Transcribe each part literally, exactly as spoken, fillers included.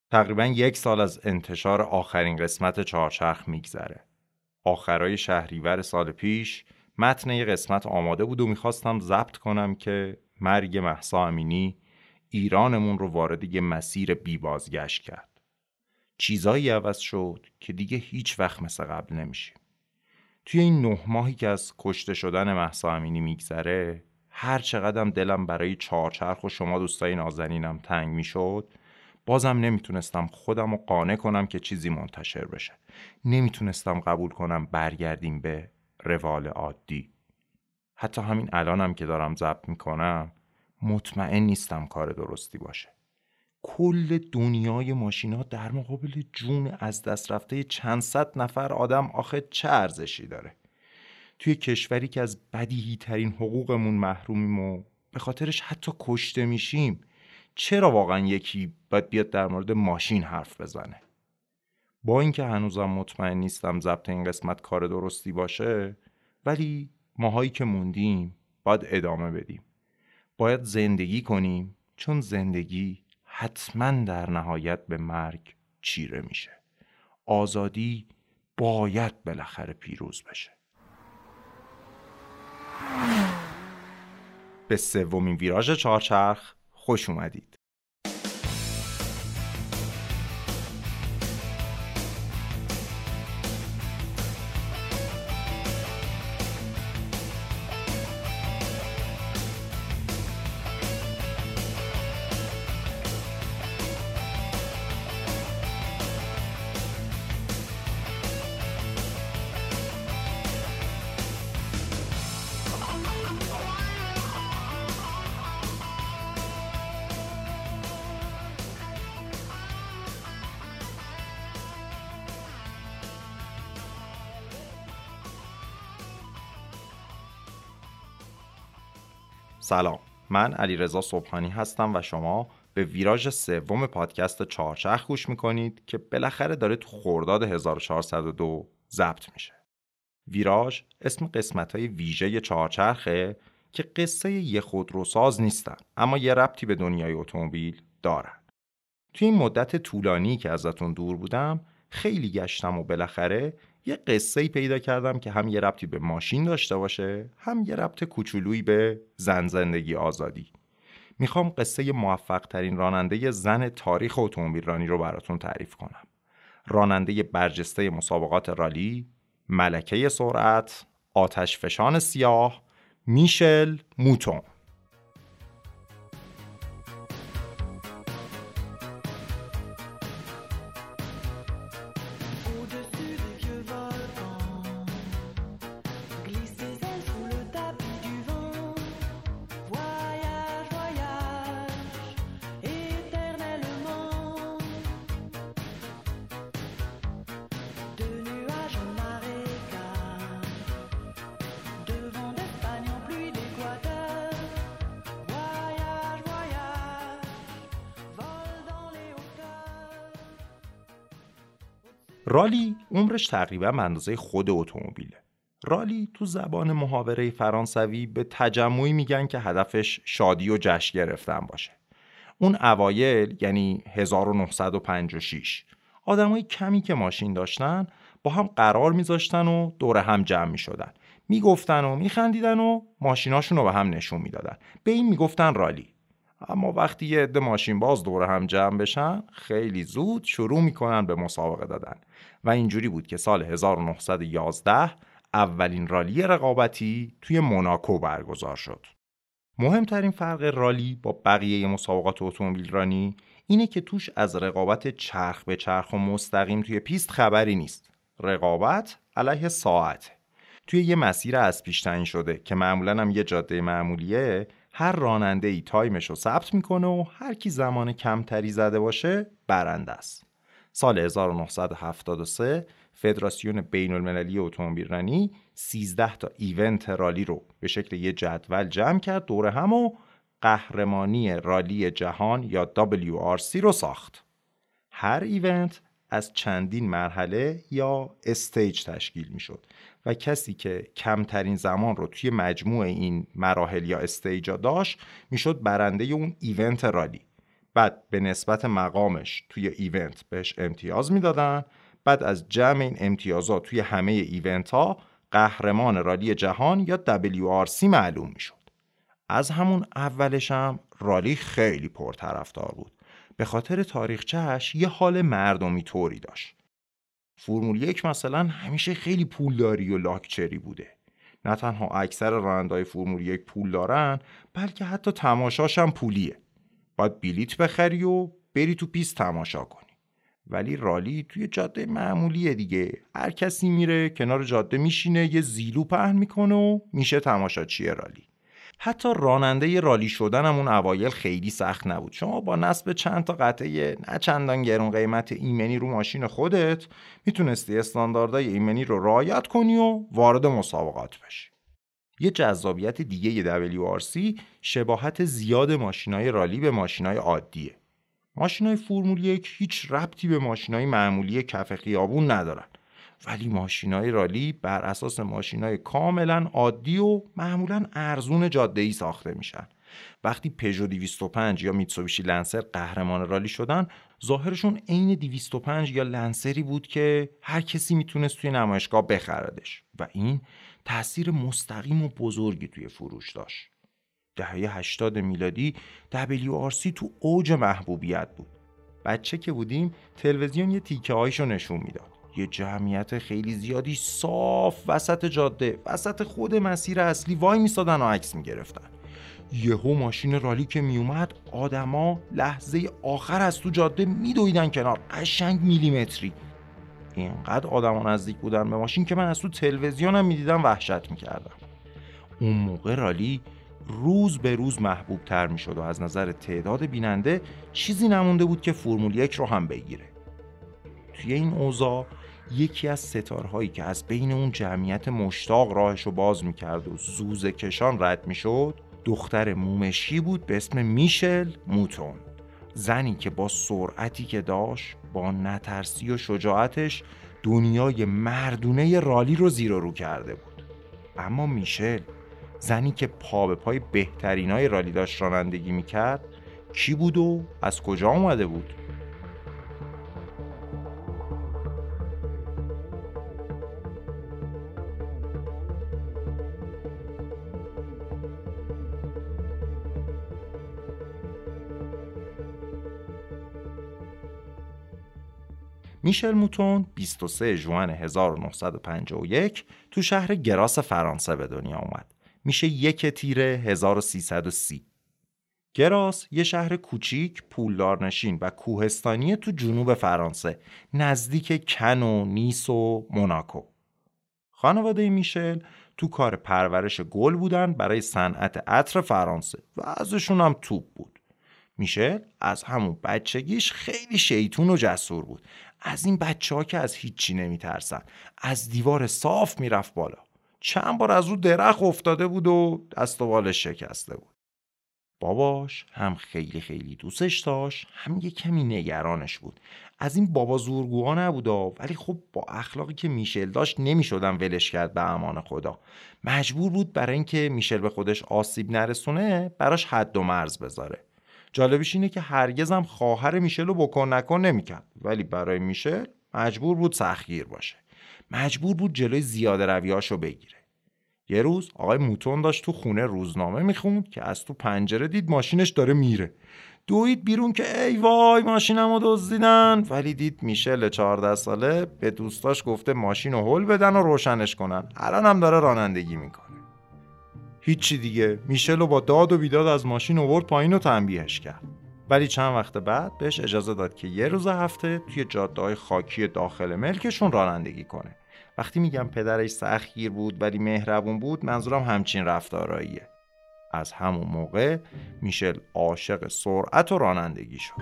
تقریباً یک سال از انتشار آخرین قسمت چهارچرخ میگذره. آخرای شهریور سال پیش متن یه قسمت آماده بود و میخواستم ضبط کنم که مرگ مهسا امینی ایرانمون رو وارد یه مسیر بی بازگشت کرد. چیزایی عوض شد که دیگه هیچ وقت مثل قبل نمیشیم. توی این نه ماهی که از کشته شدن مهسا امینی میگذره، هر چقدرم دلم برای چهارچرخ و شما دوستای نازنینم تنگ میشد، بازم نمیتونستم خودم رو قانع کنم که چیزی منتشر بشه. نمیتونستم قبول کنم برگردیم به روال عادی. حتی همین الانم که دارم ضبط میکنم مطمئن نیستم کار درستی باشه. کل دنیای ماشینا در مقابل جون از دست رفته چند صد نفر آدم آخه چه ارزشی داره؟ توی کشوری که از بدیهی ترین حقوقمون محرومیم و به خاطرش حتی کشته میشیم، چرا واقعا یکی باید بیاد در مورد ماشین حرف بزنه؟ با اینکه هنوزم مطمئن نیستم ضبط این قسمت کار درستی باشه، ولی ماهایی که موندیم باید ادامه بدیم. باید زندگی کنیم، چون زندگی حتما در نهایت به مرگ چیره میشه. آزادی باید بالاخره پیروز بشه. به سومین ویراژ چهارچرخ خوش اومدید. سلام، من علیرضا صبحانی هستم و شما به ویراژ سوم پادکست چهارچرخ گوش میکنید که بالاخره داره تو خرداد هزار و چهارصد و دو ضبط میشه. ویراژ اسم قسمت‌های ویژه چهارچرخه که قصه یه خودروساز نیستن، اما یه ربطی به دنیای اتومبیل دارن. توی این مدت طولانی که ازتون دور بودم خیلی گشتم و بالاخره یه قصه‌ای پیدا کردم که هم یه ربطی به ماشین داشته باشه، هم یه ربط کوچولویی به زن زندگی آزادی. میخوام قصه موفق ترین راننده زن تاریخ اتومبیل رانی رو براتون تعریف کنم. راننده برجسته مسابقات رالی، ملکه سرعت، آتش فشان سیاه، میشل موتون. رالی عمرش تقریبا به اندازه خود اتومبیله. رالی تو زبان محاوره فرانسوی به تجمعی میگن که هدفش شادی و جشن گرفتن باشه. اون اوایل یعنی هزار و نهصد و پنجاه و شش آدمای کمی که ماشین داشتن با هم قرار میذاشتن و دور هم جمع میشدن، میگفتن و میخندیدن و ماشیناشون رو به هم نشون میدادن. به این میگفتن رالی. اما وقتی یه عده ماشین باز دور هم جمع بشن، خیلی زود شروع میکنن به مسابقه دادن و اینجوری بود که سال هزار و نهصد و یازده اولین رالی رقابتی توی موناکو برگزار شد. مهمترین فرق رالی با بقیه مسابقات اتومبیل رانی اینه که توش از رقابت چرخ به چرخ و مستقیم توی پیست خبری نیست. رقابت علیه ساعت. توی یه مسیر از پیش تعیین شده که معمولاً هم یه جاده معمولیه، هر راننده‌ای تایمش رو ثبت میکنه و هر کی زمان کمتری زده باشه برنده است. سال هزار و نهصد و هفتاد و سه فدراسیون بین‌المللی اتومبیل رانی سیزده تا ایونت رالی رو به شکل یه جدول جمع کرد دور هم و قهرمانی رالی جهان یا دبلیو آر سی رو ساخت. هر ایونت از چندین مرحله یا استیج تشکیل می شد و کسی که کمترین زمان رو توی مجموع این مراحل یا استیجا داشت می شد برنده اون ایونت رالی. بعد به نسبت مقامش توی ایونت بهش امتیاز میدادن. بعد از جمع این امتیازات توی همه ایونت ها قهرمان رالی جهان یا دبلیو آر سی معلوم میشد. از همون اولش هم رالی خیلی پرطرفدار بود. به خاطر تاریخچه‌اش یه حال مردمی طوری داشت. فرمول یک مثلا همیشه خیلی پولداری و لاکچری بوده. نه تنها اکثر راننده‌های فرمول یک پول دارن، بلکه حتی تماشاش هم پولیه. باید بلیت بخری و بری تو پیست تماشا کنی. ولی رالی توی جاده معمولیه دیگه. هر کسی میره کنار جاده میشینه، یه زیلو پهن میکنه و میشه تماشاچی رالی. حتی راننده رالی شدن هم اون اوایل خیلی سخت نبود. شما با نصب چند تا قطعه نه چندان گرون قیمت ایمنی رو ماشین خودت میتونستی استانداردهای ایمنی رو رعایت کنی و وارد مسابقات بشی. یه جذابیت دیگه ی دبلیو آر سی شباهت زیاد ماشینای رالی به ماشینای عادیه. ماشینای فرمول یک هیچ ربطی به ماشینای معمولی کف خیابون ندارن، ولی ماشینای رالی بر اساس ماشینای کاملا عادی و معمولا ارزون جاده‌ای ساخته میشن. وقتی پژو دویست و پنج یا میتسوبیشی لنسر قهرمان رالی شدن، ظاهرشون عین دویست و پنج یا لنسری بود که هر کسی میتونست توی نمایشگاه بخردش و این تأثیر مستقیم و بزرگی توی فروش داشت. دهه هشتاد میلادی دبلیو آر سی تو اوج محبوبیت بود. بچه که بودیم تلویزیون یه تیکه هایشو نشون میداد. یه جمعیت خیلی زیادی صاف وسط جاده، وسط خود مسیر اصلی وای میسادن و عکس میگرفتن. یهو ماشین رالی که میومد، آدما لحظه آخر از تو جاده میدویدن کنار، قشنگ میلیمتری. اینقدر آدما نزدیک بودن به ماشین که من از تو تلویزیونم میدیدم وحشت میکردم. اون موقع رالی روز به روز محبوب تر می شد و از نظر تعداد بیننده چیزی نمونده بود که فرمول یک رو هم بگیره. توی این اوضاع یکی از ستارهایی که از بین اون جمعیت مشتاق راهش رو باز می کرد و زوزه کشان رد می شد، دختر مومشی بود به اسم میشل موتون. زنی که با سرعتی که داشت، با نترسی و شجاعتش دنیای مردونه رالی رو زیر و رو کرده بود. اما میشل، زنی که پا به پای بهترینای رالی داشت رانندگی میکرد، کی بود و از کجا اومده بود؟ میشل موتون بیست و سوم ژوئن هزار و نهصد و پنجاه و یک تو شهر گراس فرانسه به دنیا اومد. میشه یک تیر هزار و سیصد و سی. گراس یه شهر کوچیک، پولدارنشین و کوهستانی تو جنوب فرانسه، نزدیک کن و نیس و موناکو. خانواده میشل تو کار پرورش گل بودن برای صنعت عطر فرانسه و ازشون هم توپ بود. میشل از همون بچگیش خیلی شیطون و جسور بود. از این بچه ها که از هیچی نمی ترسن. از دیوار صاف میرفت بالا. چند بار از رو درخت افتاده بود و دست و بالش شکسته بود. باباش هم خیلی خیلی دوستش داشت، هم یه کمی نگرانش بود. از این بابا زورگوها نبودا، ولی خب با اخلاقی که میشل داشت نمیشدن ولش کرد به امان خدا. مجبور بود برای اینکه میشل به خودش آسیب نرسونه براش حد و مرز بذاره. جالبش اینه که هرگز هم خواهر میشل رو بکن نکن نمیکرد، ولی برای میشل مجبور بود سختگیر باشه. مجبور بود جلوی زیاده رویاشو بگیره. یه روز آقای موتون داشت تو خونه روزنامه میخوند که از تو پنجره دید ماشینش داره میره. دوید بیرون که ای وای ماشینمو دزدیدن، ولی دید میشل چهارده ساله به دوستاش گفته ماشینو هل بدن و روشنش کنن. الان هم داره رانندگی میکنه. هیچی دیگه، میشل رو با داد و بیداد از ماشین آورد پایین و تنبیهش کرد. ولی چند وقت بعد بهش اجازه داد که یه روز هفته توی جاده‌های خاکی داخل ملکشون رانندگی کنه. وقتی میگم پدرش سختگیر بود ولی مهربون بود، منظورم همچین رفتاراییه. از همون موقع میشل عاشق سرعت و رانندگی شد.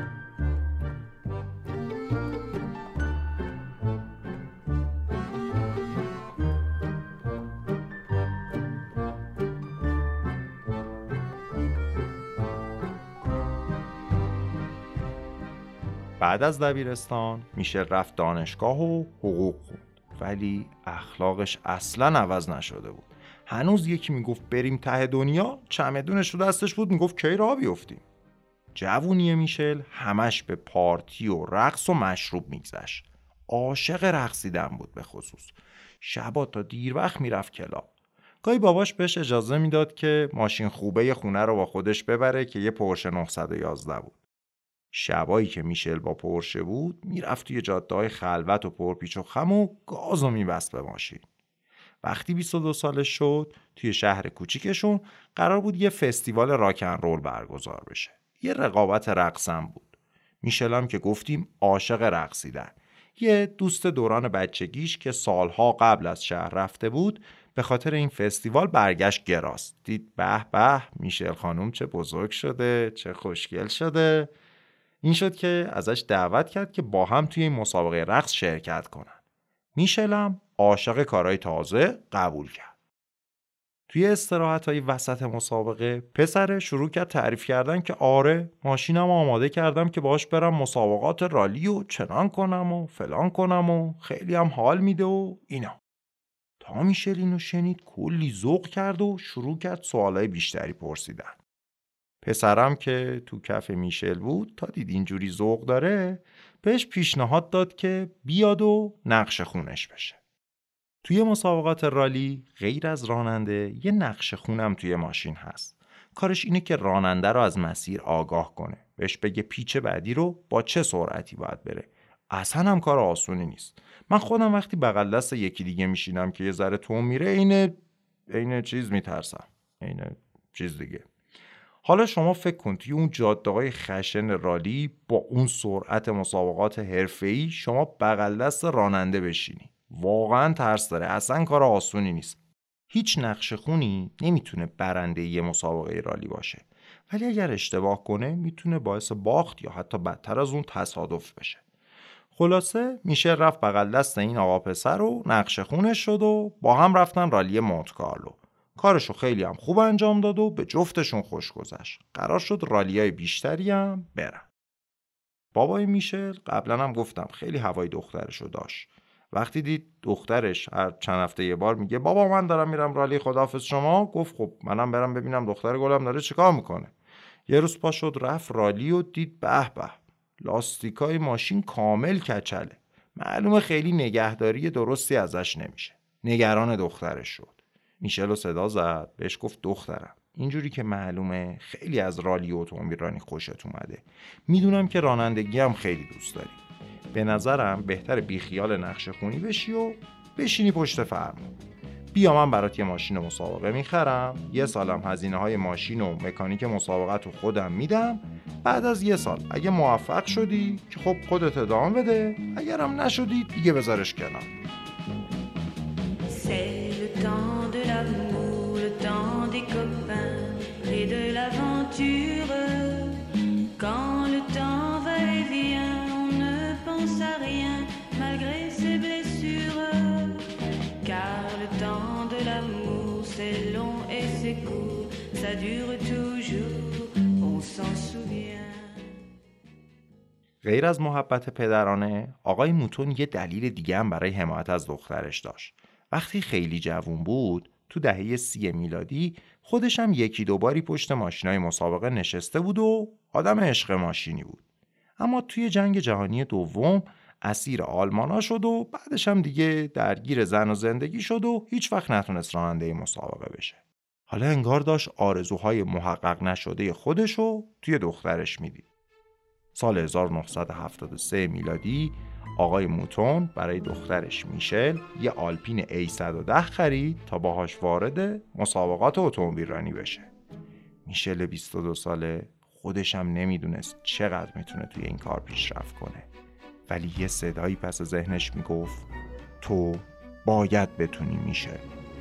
بعد از دبیرستان میشل رفت دانشگاه و حقوق خوند، ولی اخلاقش اصلا عوض نشده بود. هنوز یکی میگفت بریم ته دنیا، چمدونش رو دستش بود میگفت کی راه بیفتیم. جوونی میشل همش به پارتی و رقص و مشروب میگذشت. عاشق رقصیدن بود، به خصوص شبا تا دیر وقت میرفت کلاب. گاهی باباش بهش اجازه میداد که ماشین خوبه خونه رو با خودش ببره که یه پورشه نهصد و یازده بود. شبایی که میشل با پورشه بود میرفت توی جاده‌های خلوت و پرپیچ و خم و گازو میبست به ماشین. وقتی بیست و دو سالش شد توی شهر کوچیکشون قرار بود یه فستیوال راکن رول برگزار بشه. یه رقابت رقصم بود. میشل هم که گفتیم عاشق رقصیدن. یه دوست دوران بچگیش که سالها قبل از شهر رفته بود به خاطر این فستیوال برگشت گراس. دید به به میشل خانوم چه بزرگ شده، چه خوشگل شده. این شد که ازش دعوت کرد که با هم توی این مسابقه رقص شرکت کنن. میشل هم عاشق کارهای تازه قبول کرد. توی استراحت‌های وسط مسابقه پسر شروع کرد تعریف کردن که آره ماشینم آماده کردم که باهاش برم مسابقات رالی و چنان کنم و فلان کنم و خیلی هم حال میده و اینا. تا میشل اینو شنید کلی ذوق کرد و شروع کرد سوالای بیشتری پرسیدن. پسرم که تو کف میشل بود تا دید اینجوری ذوق داره بهش پیشنهاد داد که بیاد و نقش خونش بشه. توی مسابقات رالی غیر از راننده یه نقش خونم توی ماشین هست. کارش اینه که راننده رو از مسیر آگاه کنه، بهش بگه پیچ بعدی رو با چه سرعتی باید بره. اصلا هم کار آسونی نیست. من خودم وقتی بغل دست یکی دیگه میشینم که یه ذره تون میره اینه اینه چیز میترسم. اینه چیز دیگه. حالا شما فکر کن توی اون جاده‌های خشن رالی با اون سرعت مسابقات حرفه‌ای شما بغل دست راننده بشینی. واقعا ترس داره. اصلا کار آسونی نیست. هیچ نقش خونی نمیتونه برنده یه مسابقه رالی باشه. ولی اگر اشتباه کنه میتونه باعث باخت یا حتی بدتر از اون تصادف بشه. خلاصه میشه رفت بغل دست این آقا پسر و نقش خونش شد و با هم رفتن رالی مونت کارلو. کارشو خیلی هم خوب انجام داد و به جفتشون خوش گذشت. قرار شد رالیای بیشتری هم برن. بابای میشل قبلا هم گفتم خیلی هوای دخترشو داشت. وقتی دید دخترش هر چند هفته یه بار میگه بابا من دارم میرم رالی خداحافظ شما، گفت خب منم برم ببینم دختر گلم داره چیکار میکنه. یه روز پا شد رفت رالی و دید به به لاستیکای ماشین کامل کچله. معلومه خیلی نگهداری درستی ازش نمیشه. نگران دخترش شد. میشل صدا زد بهش گفت دخترم اینجوری که معلومه خیلی از رالی و اتومبیل رانی خوشت اومده. میدونم که رانندگی هم خیلی دوست داری. به نظرم بهتر بیخیال نقش خونی بشی و بشینی پشت فرمون. بیا من برات یه ماشین مسابقه میخرم، یه سالم هزینه های ماشین و مکانیک مسابقت رو خودم میدم. بعد از یه سال اگه موفق شدی که خب خودت ادامه بده، اگرم نشدی دیگه بذارش کنار. C'est le temps de l'amour, le temps des copains et de l'aventure. Quand le temps va et vient, on ne pense à rien malgré ses blessures. Car le temps de l'amour, c'est long et c'est court, ça dure toujours, on s'en souvient. غیر از محبت پدرانه، آقای موتون یه دلیل دیگه هم برای حمایت از دخترش داشت. وقتی خیلی جوون بود، تو دهه سی میلادی خودش هم یکی دوباری پشت ماشینای مسابقه نشسته بود و آدم عشق ماشینی بود. اما توی جنگ جهانی دوم اسیر آلمانا شد و بعدش هم دیگه درگیر زن و زندگی شد و هیچ وقت نتونست راننده مسابقه بشه. حالا انگار داشت آرزوهای محقق نشده خودشو توی دخترش میدید. سال هزار و نهصد و هفتاد و سه میلادی آقای موتون برای دخترش میشل یه آلپین ای صد و ده خرید تا باهاش وارد مسابقات اتومبیل رانی بشه. میشل بیست و دو ساله خودش هم نمیدونست چقدر میتونه توی این کار پیشرفت کنه، ولی یه صدایی پس ذهنش میگفت تو باید بتونی میشل.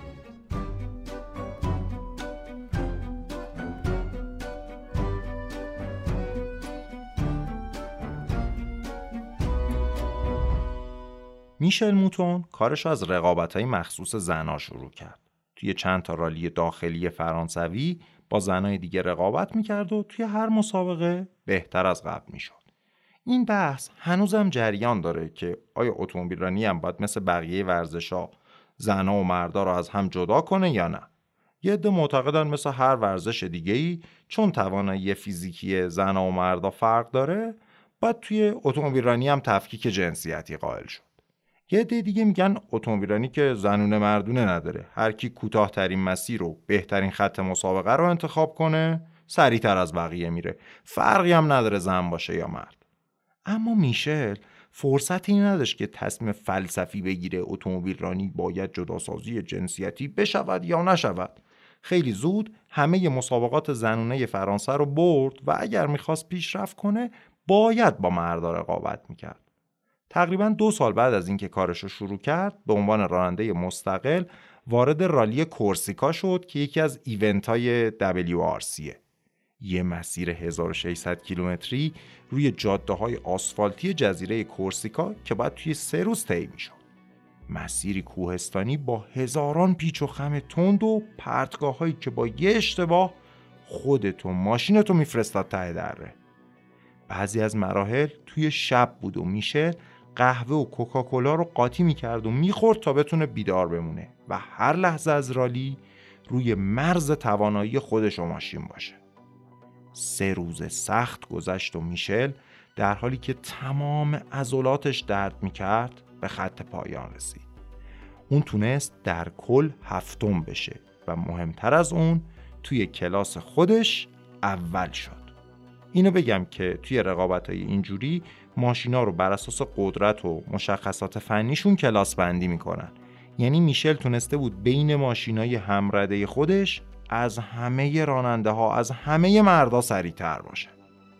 میشل موتون کارش از رقابت‌های مخصوص زن‌ها شروع کرد. توی چند تا رالی داخلی فرانسوی با زنای دیگه رقابت میکرد و توی هر مسابقه بهتر از قبل میشد. این بحث هنوزم جریان داره که آیا اتومبیل رانی هم باید مثل بقیه ورزش‌ها زن‌ها و مردها رو از هم جدا کنه یا نه. یه عده معتقدن مثل هر ورزش دیگه‌ای چون توانایی فیزیکی زن و مردا فرق داره، باید توی اتومبیل رانی هم تفکیک جنسیتی قائل شد. یه عده دیگه میگن اتومبیل رانی که زنونه مردونه نداره، هر کی کوتاه‌ترین مسیر و بهترین خط مسابقه رو انتخاب کنه سریعتر از بقیه میره، فرقی هم نداره زن باشه یا مرد. اما میشل فرصتی نداشت که تصمیم فلسفی بگیره اتومبیل رانی باید جداسازی جنسیتی بشود یا نشود. خیلی زود همه مسابقات زنونه فرانسه رو برد و اگر میخواست پیشرفت کنه باید با مردا رقابت میکرد. تقریبا دو سال بعد از اینکه کارش رو شروع کرد به عنوان راننده مستقل وارد رالی کورسیکا شد که یکی از ایونت های دبلیو آر سیه. یه مسیر هزار و ششصد کیلومتری روی جاده های آسفالتی جزیره کورسیکا که باید توی سه روز طی میشد. مسیری کوهستانی با هزاران پیچ و خم تند و پرتگاه هایی که با یه اشتباه خودتو ماشینتو میفرستاد ته دره. بعضی از مراحل توی شب بود و میشل قهوه و کوکاکولا رو قاطی میکرد و میخورد تا بتونه بیدار بمونه و هر لحظه از رالی روی مرز توانایی خودش و ماشین باشه. سه روز سخت گذشت و میشل در حالی که تمام عضلاتش درد میکرد به خط پایان رسید. اون تونست در کل هفتم بشه و مهمتر از اون توی کلاس خودش اول شد. اینو بگم که توی رقابت‌های اینجوری ماشینا رو بر اساس قدرت و مشخصات فنیشون کلاس بندی میکنن. یعنی میشل تونسته بود بین ماشینای همرده خودش از همه راننده ها از همه مردا سریع‌تر باشه.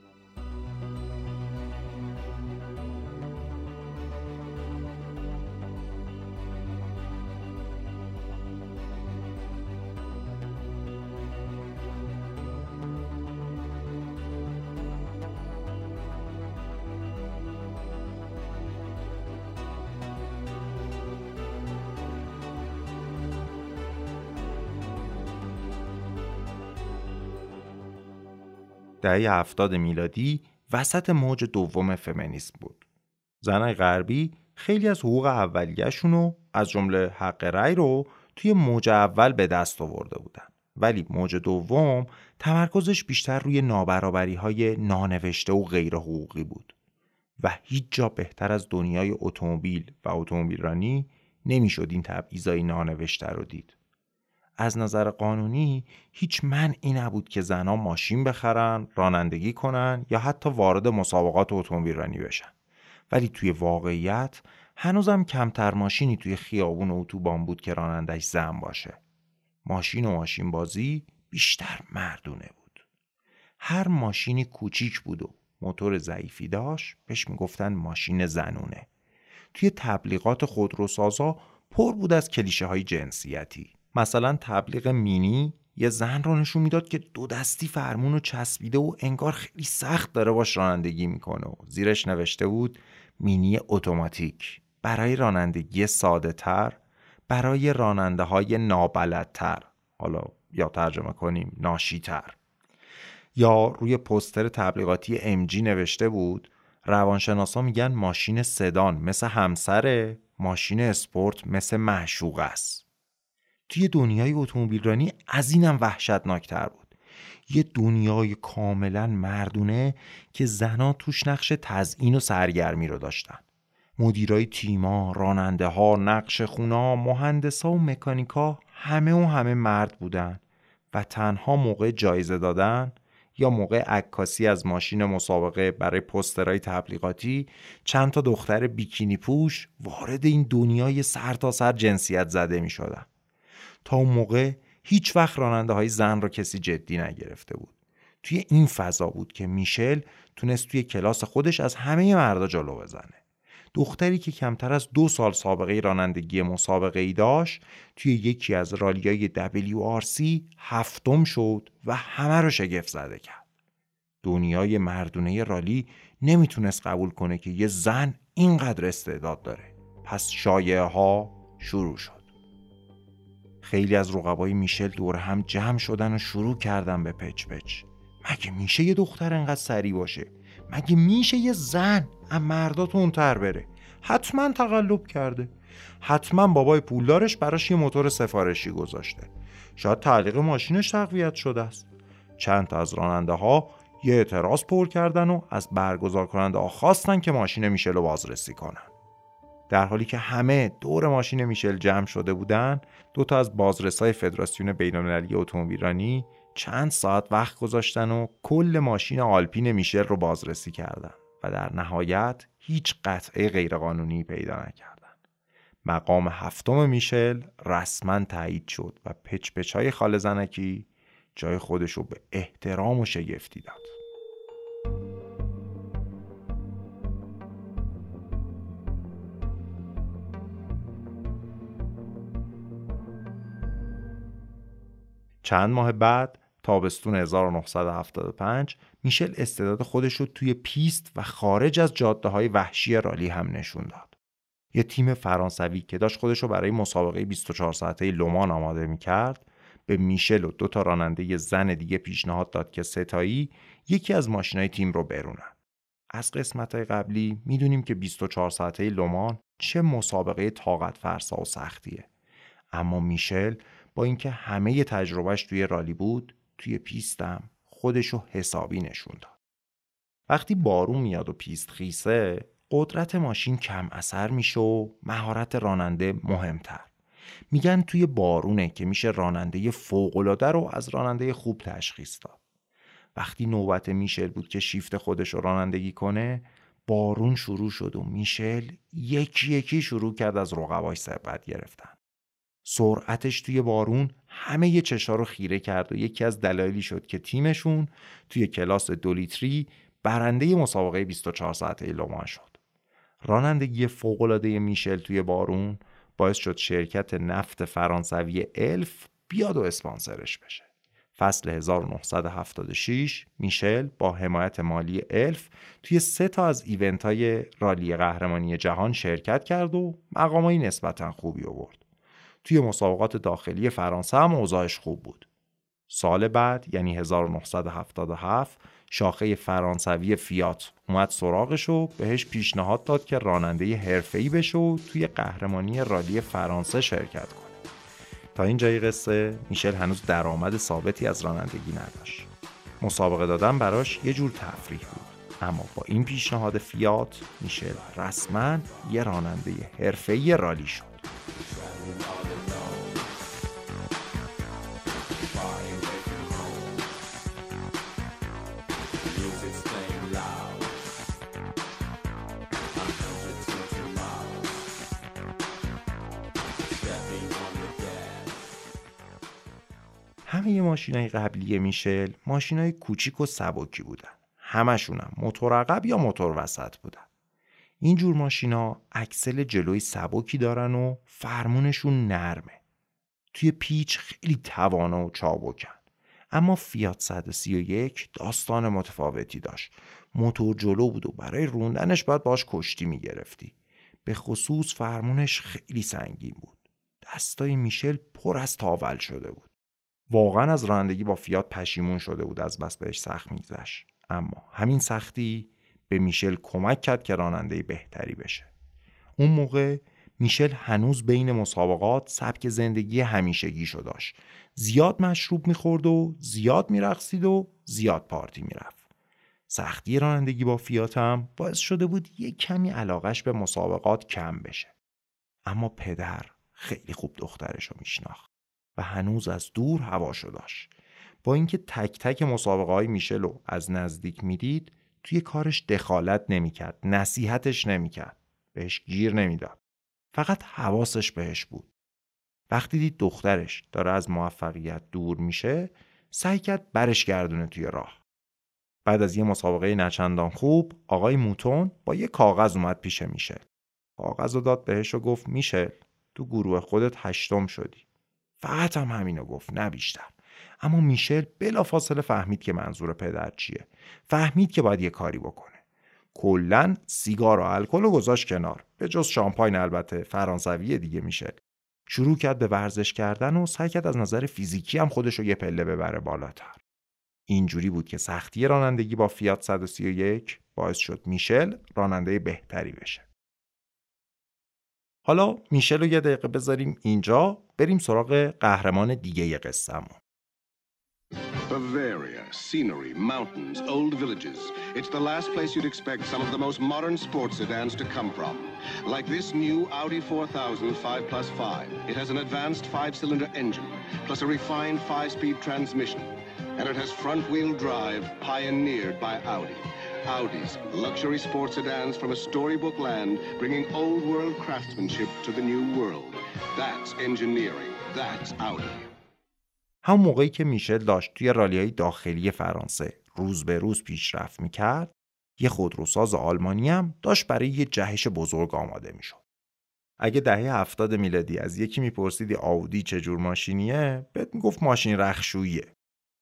دهه هفتاد میلادی وسط موج دوم فمینیسم بود. زنای غربی خیلی از حقوق اولیه‌شون رو از جمله حق رأی رو توی موج اول به دست آورده بودن. ولی موج دوم تمرکزش بیشتر روی نابرابری‌های نانوشته و غیر حقوقی بود و هیچ جا بهتر از دنیای اتومبیل و اتومبیل رانی نمیشد این تبعیضای نانوشته رو دید. از نظر قانونی هیچ منعی نبود که زنها ماشین بخرن، رانندگی کنن یا حتی وارد مسابقات اتومبیل رانی بشن. ولی توی واقعیت هنوزم کمتر ماشینی توی خیابون و اتوبان بود که رانندش زن باشه. ماشین و ماشین بازی بیشتر مردونه بود. هر ماشینی کوچیک بود و موتور ضعیفی داشت بهش میگفتن ماشین زنونه. توی تبلیغات خودروسازا پر بود از کلیشه های جنسیتی. مثلا تبلیغ مینی یه زن رو نشون میداد که دو دستی فرمونو چسبیده و انگار خیلی سخت داره باش رانندگی میکنه و زیرش نوشته بود مینی اتوماتیک، برای رانندگی ساده تر، برای راننده های نابلدتر، حالا یا ترجمه کنیم ناشی تر. یا روی پوستر تبلیغاتی ام جی نوشته بود روانشناسا میگن ماشین سدان مثل همسره، ماشین اسپورت مثل معشوق است. توی دنیای اتومبیل رانی از اینم وحشتناکتر بود. یه دنیای کاملا مردونه که زنها توش نقش تزیین و سرگرمی رو داشتن. مدیرای تیما، راننده ها، نقش خونا، مهندسا و مکانیکا همه و همه مرد بودن و تنها موقع جایزه دادن یا موقع عکاسی از ماشین مسابقه برای پوسترهای تبلیغاتی چند تا دختر بیکینی پوش وارد این دنیای سر تا سر جنسیت زده می شدن. تا اون موقع هیچ وقت راننده های زن رو کسی جدی نگرفته بود. توی این فضا بود که میشل تونست توی کلاس خودش از همه مردا جلو بزنه. دختری که کمتر از دو سال سابقه رانندگی مسابقه ای داشت توی یکی از رالیای دبلیو آر سی هفتم شد و همه رو شگفت زده کرد. دنیای مردونه رالی نمیتونست قبول کنه که یه زن اینقدر استعداد داره. پس شایعه ها شروع شد. خیلی از رقبای میشل دور هم جمع شدن و شروع کردن به پچ پچ. مگه میشه یه دختر انقدر سریع باشه؟ مگه میشه یه زن از مردا تندتر بره؟ حتما تقلب کرده. حتما بابای پولدارش براش یه موتور سفارشی گذاشته. شاید تعلیق ماشینش تقویت شده است. چند تا از راننده ها یه اعتراض پر کردن و از برگزار کننده ها خواستن که ماشین میشل رو بازرسی کنن. در حالی که همه دور ماشین میشل جمع شده بودن، دو تا از بازرسای فدراسیون بین‌المللی اتومبیلرانی چند ساعت وقت گذاشتن و کل ماشین آلپین میشل رو بازرسی کردن و در نهایت هیچ قطعه غیرقانونی پیدا نکردن. مقام هفتم میشل رسما تایید شد و پچ پچای خاله زنکی جای خودش رو به احترام و شگفتی داد. چند ماه بعد، تابستون هزار و نهصد و هفتاد و پنج، میشل استعداد خودش رو توی پیست و خارج از جاده‌های وحشی رالی هم نشون داد. یه تیم فرانسوی که داشت خودش رو برای مسابقه بیست و چهار ساعته لومان آماده می‌کرد، به میشل و دو تا راننده زن دیگه پیشنهاد داد که ستایی یکی از ماشینای تیم رو برونن. از قسمت‌های قبلی میدونیم که بیست و چهار ساعته لومان چه مسابقه طاقت فرسا و سختیه. اما میشل با اینکه همه تجربهش توی رالی بود، توی پیستم خودشو حسابی نشون داد. وقتی بارون میاد و پیست خیسه، قدرت ماشین کم اثر میشه و مهارت راننده مهمتر. میگن توی بارونه که میشه راننده فوق‌العاده رو از راننده خوب تشخیص داد. وقتی نوبت میشل بود که شیفت خودش رو رانندگی کنه، بارون شروع شد و میشل یکی یکی شروع کرد از رقباش سبقت گرفتن. سرعتش توی بارون همه ی چشا رو خیره کرد و یکی از دلایلی شد که تیمشون توی کلاس دو لیتری برنده مسابقه بیست و چهار ساعته لومان شد. رانندگی فوق‌العاده میشل توی بارون باعث شد شرکت نفت فرانسوی الف بیاد و اسپانسرش بشه. فصل هزار و نهصد و هفتاد و شش میشل با حمایت مالی الف توی سه تا از ایونت‌های رالی قهرمانی جهان شرکت کرد و مقامای نسبتاً خوبی آورد. توی مسابقات داخلی فرانسه هم اوضاعش خوب بود. سال بعد یعنی هزار و نهصد و هفتاد و هفت شاخه فرانسوی فیات اومد سراغش و بهش پیشنهاد داد که راننده حرفه‌ای بشه و توی قهرمانی رالی فرانسه شرکت کنه. تا اینجای قصه میشل هنوز درآمد ثابتی از رانندگی نداشت. مسابقه دادن براش یه جور تفریح بود. اما با این پیشنهاد فیات میشل رسما یه راننده حرفه‌ای رالی شد. همه ماشینای قبلی میشل ماشینای کوچیک و سبکی بودن. همشونم موتور عقب یا موتور وسط بودن. اینجور ماشینا اکسل جلوی سبکی دارن و فرمونشون نرمه. توی پیچ خیلی توانا و چابکن. اما فیات صد و سی و یک داستان متفاوتی داشت. موتور جلو بود و برای روندنش باید باش کشتی میگرفتی. به خصوص فرمونش خیلی سنگین بود. دستای میشل پر از تاول شده بود. واقعا از رانندگی با فیات پشیمون شده بود، از بس بهش سخت میگذشت. اما همین سختی به میشل کمک کرد که راننده بهتری بشه. اون موقع میشل هنوز بین مسابقات سبک زندگی همیشگیشو داشت. زیاد مشروب میخورد و زیاد میرقصید و زیاد پارتی میرفت. سختی رانندگی با فیات هم باعث شده بود یک کمی علاقش به مسابقات کم بشه. اما پدر خیلی خوب دخترشو میشناخت و هنوز از دور هواشو داشت. با اینکه تک تک مسابقه های میشلو از نزدیک میدید، توی کارش دخالت نمیکرد، نصیحتش نمیکرد، بهش گیر نمیداد. فقط حواسش بهش بود. وقتی دید دخترش داره از موفقیت دور میشه، سعی کرد برش گردونه توی راه. بعد از یه مسابقه نچندان خوب، آقای موتون با یه کاغذ اومد پیش میشل. کاغذ رو داد بهش و گفت میشل، تو گروه خودت هشتم شدی. فقط هم همینو گفت، نه بیشتر. اما میشل بلافاصله فهمید که منظور پدر چیه. فهمید که باید یه کاری بکنه. کلاً سیگار و الکل رو گذاشت کنار، به جز شامپاین البته، فرانسویه دیگه. میشل شروع کرد به ورزش کردن و سعی کرد از نظر فیزیکی هم خودش رو یه پله ببره بالاتر. اینجوری بود که سختی رانندگی با فیات صد و سی و یک باعث شد میشل راننده بهتری بشه. حالا میشل رو یه دقیقه بذاریم اینجا، بریم سراغ قهرمان دیگه قصه‌مون. Bavaria, scenery, mountains, old villages. It's the last place you'd expect some of the most modern sports sedans to come from. Like this new Audi four thousand five plus five. It has an advanced five-cylinder engine, plus a refined five-speed transmission. And it has front-wheel drive pioneered by Audi. Audi's luxury sports sedans from a storybook land, bringing old-world craftsmanship to the new world. That's engineering. That's Audi. همون موقعی که میشل داشت توی رالی‌های داخلی فرانسه روز به روز پیشرفت میکرد، یه خودروساز آلمانی هم داشت برای یه جهش بزرگ آماده میشد. اگه دهه هفتاد میلادی از یکی میپرسیدی آودی چه جور ماشینیه، بهت میگفت ماشین رختشوییه.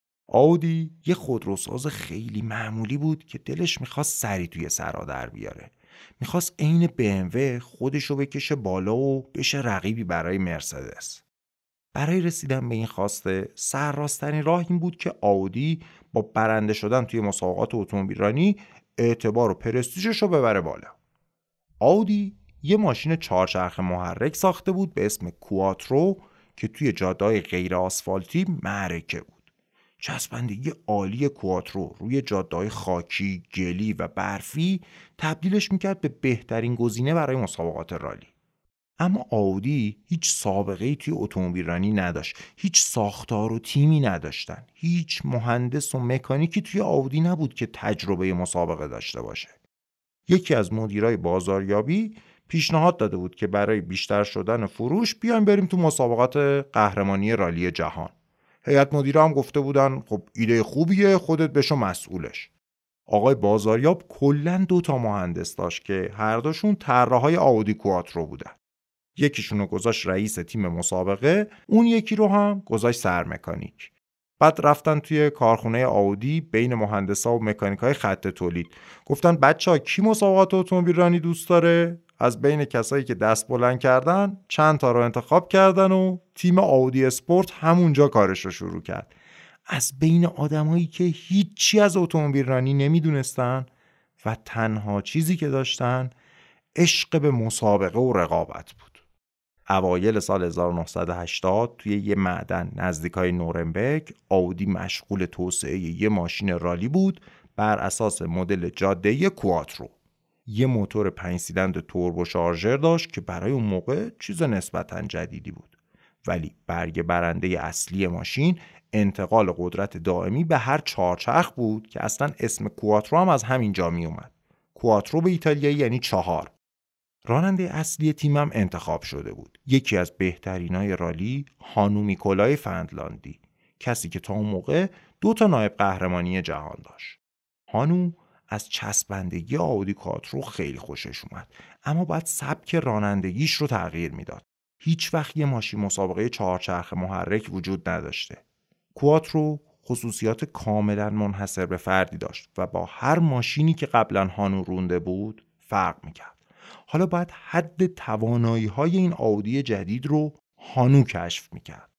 آودی یه خودروساز خیلی معمولی بود که دلش میخواست سری توی سرا در بیاره. میخواست عین بی ام و خودشو بکشه بالا و بشه رقیبی برای مرسدس. برای رسیدن به این خواسته سرراسترین راه این بود که آودی با برنده شدن توی مسابقات اتومبیلرانی اعتبار و پرستیژش رو ببره بالا. آودی یه ماشین چهارچرخ محرک ساخته بود به اسم کواترو که توی جاده‌های غیر آسفالتی معرکه بود. چسبندگی عالی کواترو روی جاده‌های خاکی، گلی و برفی تبدیلش میکرد به بهترین گزینه برای مسابقات رالی. اما آودی هیچ سابقه‌ای توی اتومبیلرانی نداشت، هیچ ساختار و تیمی نداشتن، هیچ مهندس و مکانیکی توی آودی نبود که تجربه مسابقه داشته باشه. یکی از مدیرای بازاریابی پیشنهاد داده بود که برای بیشتر شدن فروش بیایم بریم تو مسابقات قهرمانی رالی جهان. هیئت مدیره هم گفته بودن خب ایده خوبیه، خودت بشو مسئولش. آقای بازاریاب کلاً دو تا مهندس داشت که هر دوشون طراحای آودی کواترو بودن. یکیشون رو گذاشت رئیس تیم مسابقه، اون یکی رو هم گذاشت سرمکانیک. بعد رفتن توی کارخونه آودی بین مهندسا و مکانیکای خط تولید. گفتن بچه‌ها کی مسابقات اتومبیلرانی دوست داره؟ از بین کسایی که دست بلند کردن چند تا رو انتخاب کردن و تیم آودی اسپورت همونجا کارش رو شروع کرد. از بین آدمایی که هیچی از اتومبیلرانی نمیدونستن و تنها چیزی که داشتن عشق به مسابقه و رقابت بود. اوایل سال هزار و نهصد و هشتاد توی یه معدن نزدیکای نورنبرگ آودی مشغول توسعه یه ماشین رالی بود بر اساس مدل جاده‌ای کواترو. یه موتور پنج سیلندر توربو شارژر داشت که برای اون موقع چیز نسبتاً جدیدی بود. ولی برگ برنده اصلی ماشین انتقال قدرت دائمی به هر چهارچرخ بود که اصلاً اسم کواترو هم از همین جا می اومد. کواترو به ایتالیایی یعنی چهار. راننده اصلی تیمم انتخاب شده بود. یکی از بهترینای رالی، هانو میکولای فنلاندی، کسی که تا اون موقع دو تا نایب قهرمانی جهان داشت. هانو از چسبندگی آودی کواترو خیلی خوشش اومد، اما باید سبک رانندگیش رو تغییر میداد. هیچ وقت یه ماشین مسابقه چهارچرخ محرک وجود نداشته. کواترو خصوصیات کاملا منحصر به فردی داشت و با هر ماشینی که قبلا هانو رونده بود فرق میکرد. حالا باید حد توانایی‌های این آودی جدید رو هانو کشف میکرد.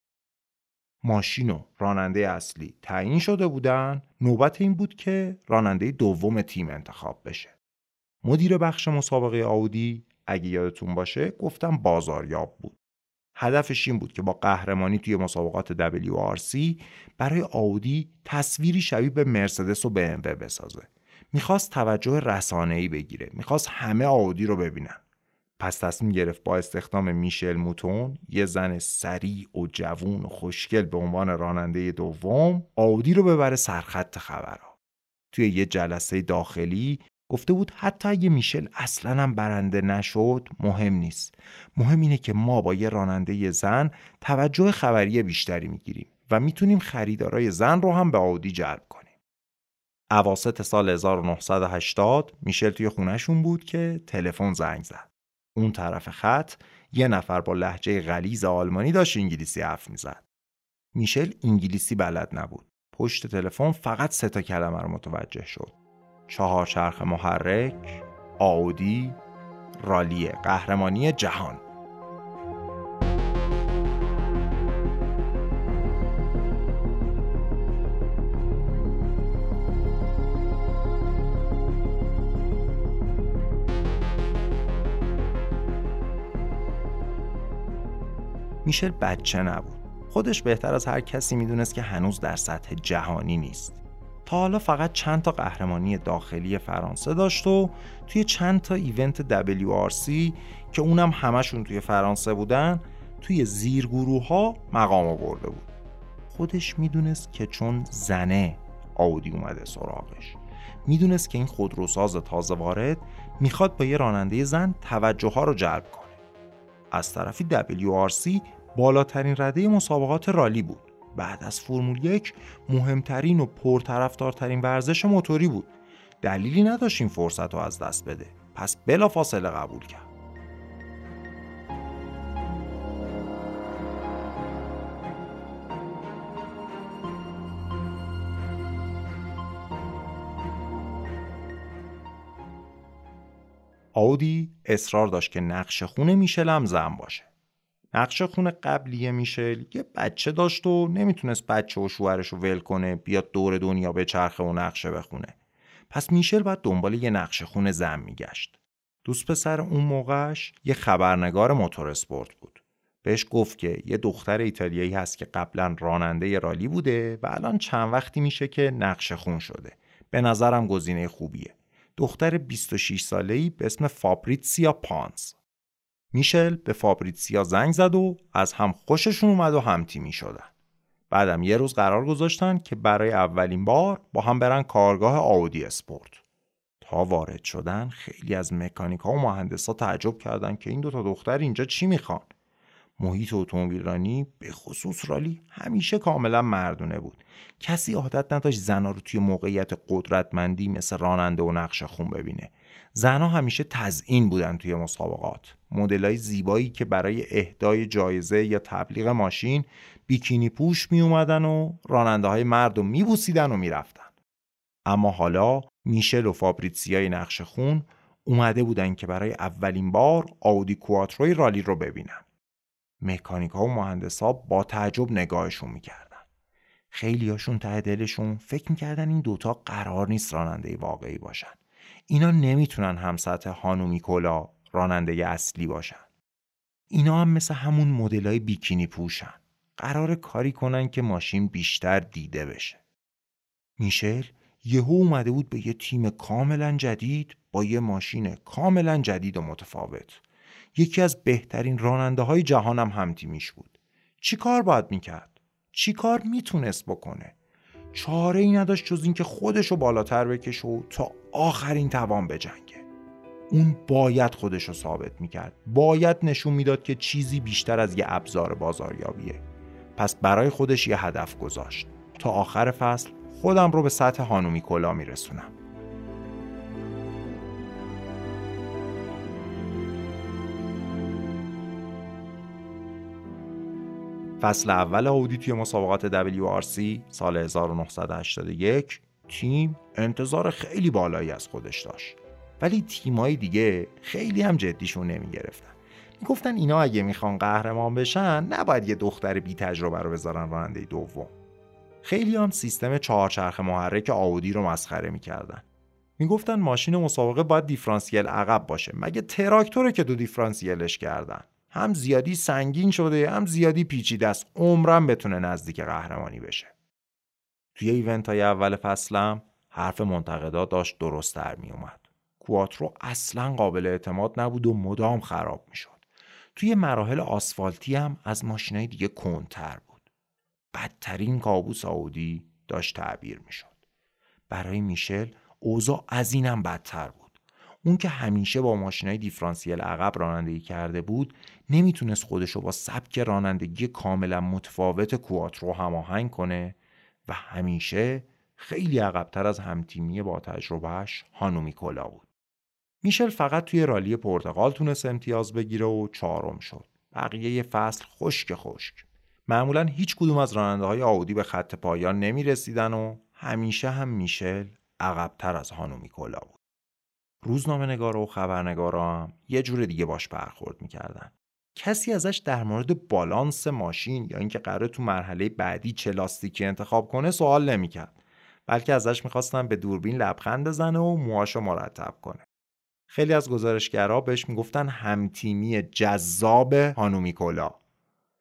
ماشین و راننده اصلی تعیین شده بودن، نوبت این بود که راننده دوم تیم انتخاب بشه. مدیر بخش مسابقه آودی اگه یادتون باشه گفتم بازاریاب بود. هدفش این بود که با قهرمانی توی مسابقات دبلیو آر سی برای آودی تصویری شبیه به مرسدس و بی ام و بسازه. میخواست توجه رسانه‌ای بگیره، میخواست همه آودی رو ببینن. پس تصمیم گرفت با استخدام میشل موتون، یه زن سریع و جوون و خوشگل به عنوان راننده دوم، آودی رو ببره سرخط خبرها. توی یه جلسه داخلی گفته بود حتی اگه میشل اصلاً هم برنده نشد مهم نیست. مهم اینه که ما با یه راننده زن توجه خبری بیشتری میگیریم و میتونیم خریدارای زن رو هم به آودی جلب کنیم. اواسط سال هزار و نهصد و هشتاد میشل توی خونهشون بود که تلفن زنگ زد. اون طرف خط یه نفر با لهجه غلیظ آلمانی داشت انگلیسی حرف میزد. میشل انگلیسی بلد نبود. پشت تلفن فقط سه تا کلمه رو متوجه شد. چهارچرخ محرک، آودی، رالی قهرمانی جهان. میشل بچه نبود. خودش بهتر از هر کسی میدونست که هنوز در سطح جهانی نیست. تا حالا فقط چند تا قهرمانی داخلی فرانسه داشت و توی چند تا ایونت دبلیو آر سی که اونم همشون توی فرانسه بودن توی زیرگروه ها مقام آورده بود. خودش میدونست که چون زنه آودی اومده سراغش. میدونست که این خودروساز تازه وارد میخواد با یه راننده زن توجه ها رو جلب کنه. از طرفی دبلیو آر سی بالاترین رده مسابقات رالی بود. بعد از فرمول یک مهمترین و پرطرفدارترین ورزش موتوری بود. دلیلی نداشت این فرصت رو از دست بده. پس بلافاصله قبول کرد. آودی اصرار داشت که نقش خون میشل هم زن باشه. نقش خون قبلی میشل یه بچه داشت و نمیتونست بچه و شوهرش رو ول کنه بیاد دور دنیا به چرخه و نقشه بخونه. پس میشل باید دنبال یه نقش خون زن میگشت. دوست پسر اون موقعش یه خبرنگار موتور اسپورت بود. بهش گفت که یه دختر ایتالیایی هست که قبلا راننده رالی بوده و الان چند وقتی میشه که نقش خون شده. به نظرم گزینه خوبیه. دختر بیست و شش ساله‌ای به اسم فابریتسیا پانز. میشل به فابریتسیا زنگ زد و از هم خوششون اومد و هم تیمی شدن. بعدم یه روز قرار گذاشتن که برای اولین بار با هم برن کارگاه آودی اسپورت. تا وارد شدن خیلی از مکانیک‌ها و مهندسا تعجب کردن که این دوتا دختر اینجا چی میخوان. محیط اتومبیل رانی به خصوص رالی همیشه کاملا مردونه بود. کسی عادت نداشت زنها رو توی موقعیت قدرتمندی مثل راننده و نقش خون ببینه. زنها همیشه تزیین بودن توی مسابقات. مدل‌های زیبایی که برای اهدای جایزه یا تبلیغ ماشین بیکینی پوش می اومدن و راننده های مرد رو می بوسیدن و می رفتن. اما حالا میشل و فابریتسیای نقش خون اومده بودن که برای اولین بار آودی کواتروی رالی رو ببینن. مکانیک‌ها و مهندسا با تعجب نگاهشون میکردن. خیلی هاشون ته دلشون فکر میکردن این دوتا قرار نیست راننده واقعی باشن. اینا نمیتونن هم سطح هانو میکولا راننده اصلی باشن. اینا هم مثل همون مدلای بیکینی پوشن. قرار کاری کنن که ماشین بیشتر دیده بشه. میشل یهو اومده بود به یه تیم کاملا جدید با یه ماشین کاملا جدید و متفاوت. یکی از بهترین راننده های جهانم هم تیمیش بود. چی کار باید میکرد؟ چی کار میتونست بکنه؟ چاره ای نداشت جز این که خودشو بالاتر بکشه و تا آخرین توان بجنگه. اون باید خودشو ثابت میکرد. باید نشون میداد که چیزی بیشتر از یه ابزار بازاریابیه. پس برای خودش یه هدف گذاشت. تا آخر فصل خودم رو به سطح هانو میکولا میرسونم. فصل اول آودی توی مسابقات دبلیو آر سی سال هزار و نهصد و هشتاد و یک تیم انتظار خیلی بالایی از خودش داشت. ولی تیمای دیگه خیلی هم جدیشون نمی گرفتن. می گفتن اینا اگه میخوان قهرمان بشن نباید یه دختر بی تجربه رو بذارن راننده دوم. خیلی هم سیستم چهارچرخ محرک آودی رو مسخره میکردن. میگفتن ماشین مسابقه باید دیفرانسیل عقب باشه. مگه تراکتوره که دو دیفرانسیلش کردن؟ هم زیادی سنگین شده هم زیادی پیچیده است. عمرم بتونه نزدیک قهرمانی بشه. توی ایونت های اول فصلم حرف منتقدا داشت درست‌تر می اومد. کواترو اصلاً قابل اعتماد نبود و مدام خراب می شد. توی مراحل آسفالتی هم از ماشینای دیگه کندتر بود. بدترین کابوس آودی داشت تعبیر می شد. برای میشل اوضاع از اینم بدتر بود. اون که همیشه با ماشینای دیفرانسیل عقب رانندگی کرده بود نمیتونست خودشو با سبک رانندگی کاملا متفاوت کواترو هماهنگ کنه و همیشه خیلی عقبتر از همتیمی با تجربهش هانو میکولا بود. میشل فقط توی رالی پرتغال تونست امتیاز بگیره و چهارم شد. بقیه فصل خشک خشک. معمولا هیچ کدوم از راننده های آودی به خط پایان نمی رسیدن و همیشه هم میشل عقبتر از هانو میکولا بود. روزنامه نگارا و خبرنگارا هم یه جور دیگه باش برخورد میکردن. کسی ازش در مورد بالانس ماشین یا اینکه قراره تو مرحله بعدی چه لاستیکی انتخاب کنه سوال نمیکرد، بلکه ازش میخواستن به دوربین لبخند بزنه و موهاشو مرتب کنه. خیلی از گزارشگرها بهش میگفتن همتیمی جذاب هانو میکولا.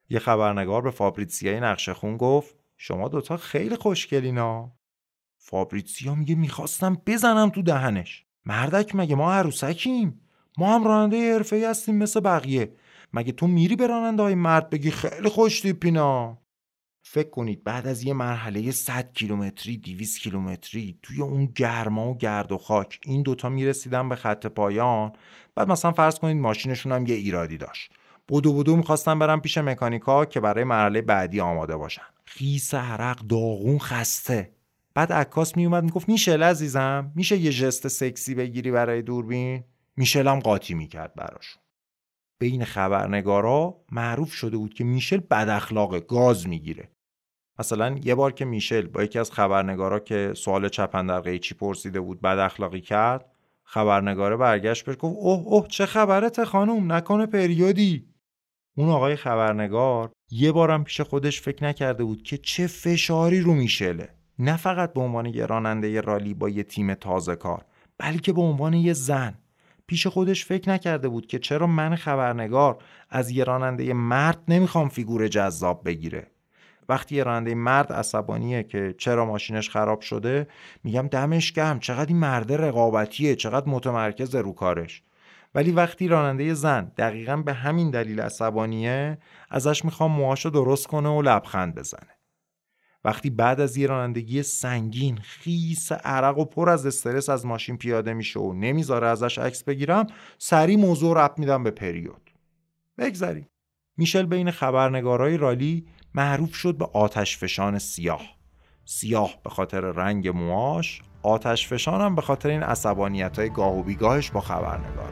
یه خبرنگار به فابریتسیای نقشه خون گفت شما دوتا خیلی خوشگلینا. فابریتسیا میگه میخواستم بزنم تو دهنش. مردک مگه ما عروسکیم؟ ما هم راننده حرفه‌ای هستیم مثل بقیه. مگه تو میری به راننده های مرد بگی خیلی خوش تیپینا؟ فکر کنید بعد از یه مرحله صد کیلومتری دویست کیلومتری توی اون گرما و گرد و خاک این دوتا میرسیدن به خط پایان. بعد مثلا فرض کنید ماشینشون هم یه ایرادی داشت. بدو بدو میخواستن برن پیش مکانیکا که برای مرحله بعدی آماده باشن. خیس عرق، داغون، خسته. بعد عکاس میومد میگفت میشل عزیزم میشه یه ژست سکسی بگیری برای دوربین؟ میشل هم قاطی میکرد براشون. بین خبرنگارا معروف شده بود که میشل بد اخلاقه، گاز میگیره. مثلا یه بار که میشل با یکی از خبرنگارا که سوال چپن در قیچی پرسیده بود بد اخلاقی کرد، خبرنگاره برگشت بهش گفت اوه اوه چه خبرته خانوم، نکنه پریودی؟ اون آقای خبرنگار یه بارم پیش خودش فکر نکرده بود که چه فشاری رو میشله، نه فقط به عنوان یه راننده رالی با یه تیم تازه کار، بلکه به عنوان یه زن. پیش خودش فکر نکرده بود که چرا من خبرنگار از یه راننده مرد نمیخوام فیگور جذاب بگیره. وقتی یه راننده مرد عصبانیه که چرا ماشینش خراب شده، میگم دمش گرم، چقدر این مرده رقابتیه، چقدر متمرکز رو کارش. ولی وقتی راننده زن دقیقاً به همین دلیل عصبانیه، ازش میخوام موهاشو درست کنه و لبخند بزنه. وقتی بعد از یه رانندگی سنگین خیس عرق و پر از استرس از ماشین پیاده میشه و نمیذاره ازش عکس بگیرم، سریع موضوع ربط میدم به پریود. بگذاریم. میشل بین خبرنگارای رالی معروف شد به آتش فشان سیاه. سیاه به خاطر رنگ موهاش، آتش فشان هم به خاطر این عصبانیت‌های گاه و بیگاهش با خبرنگارا.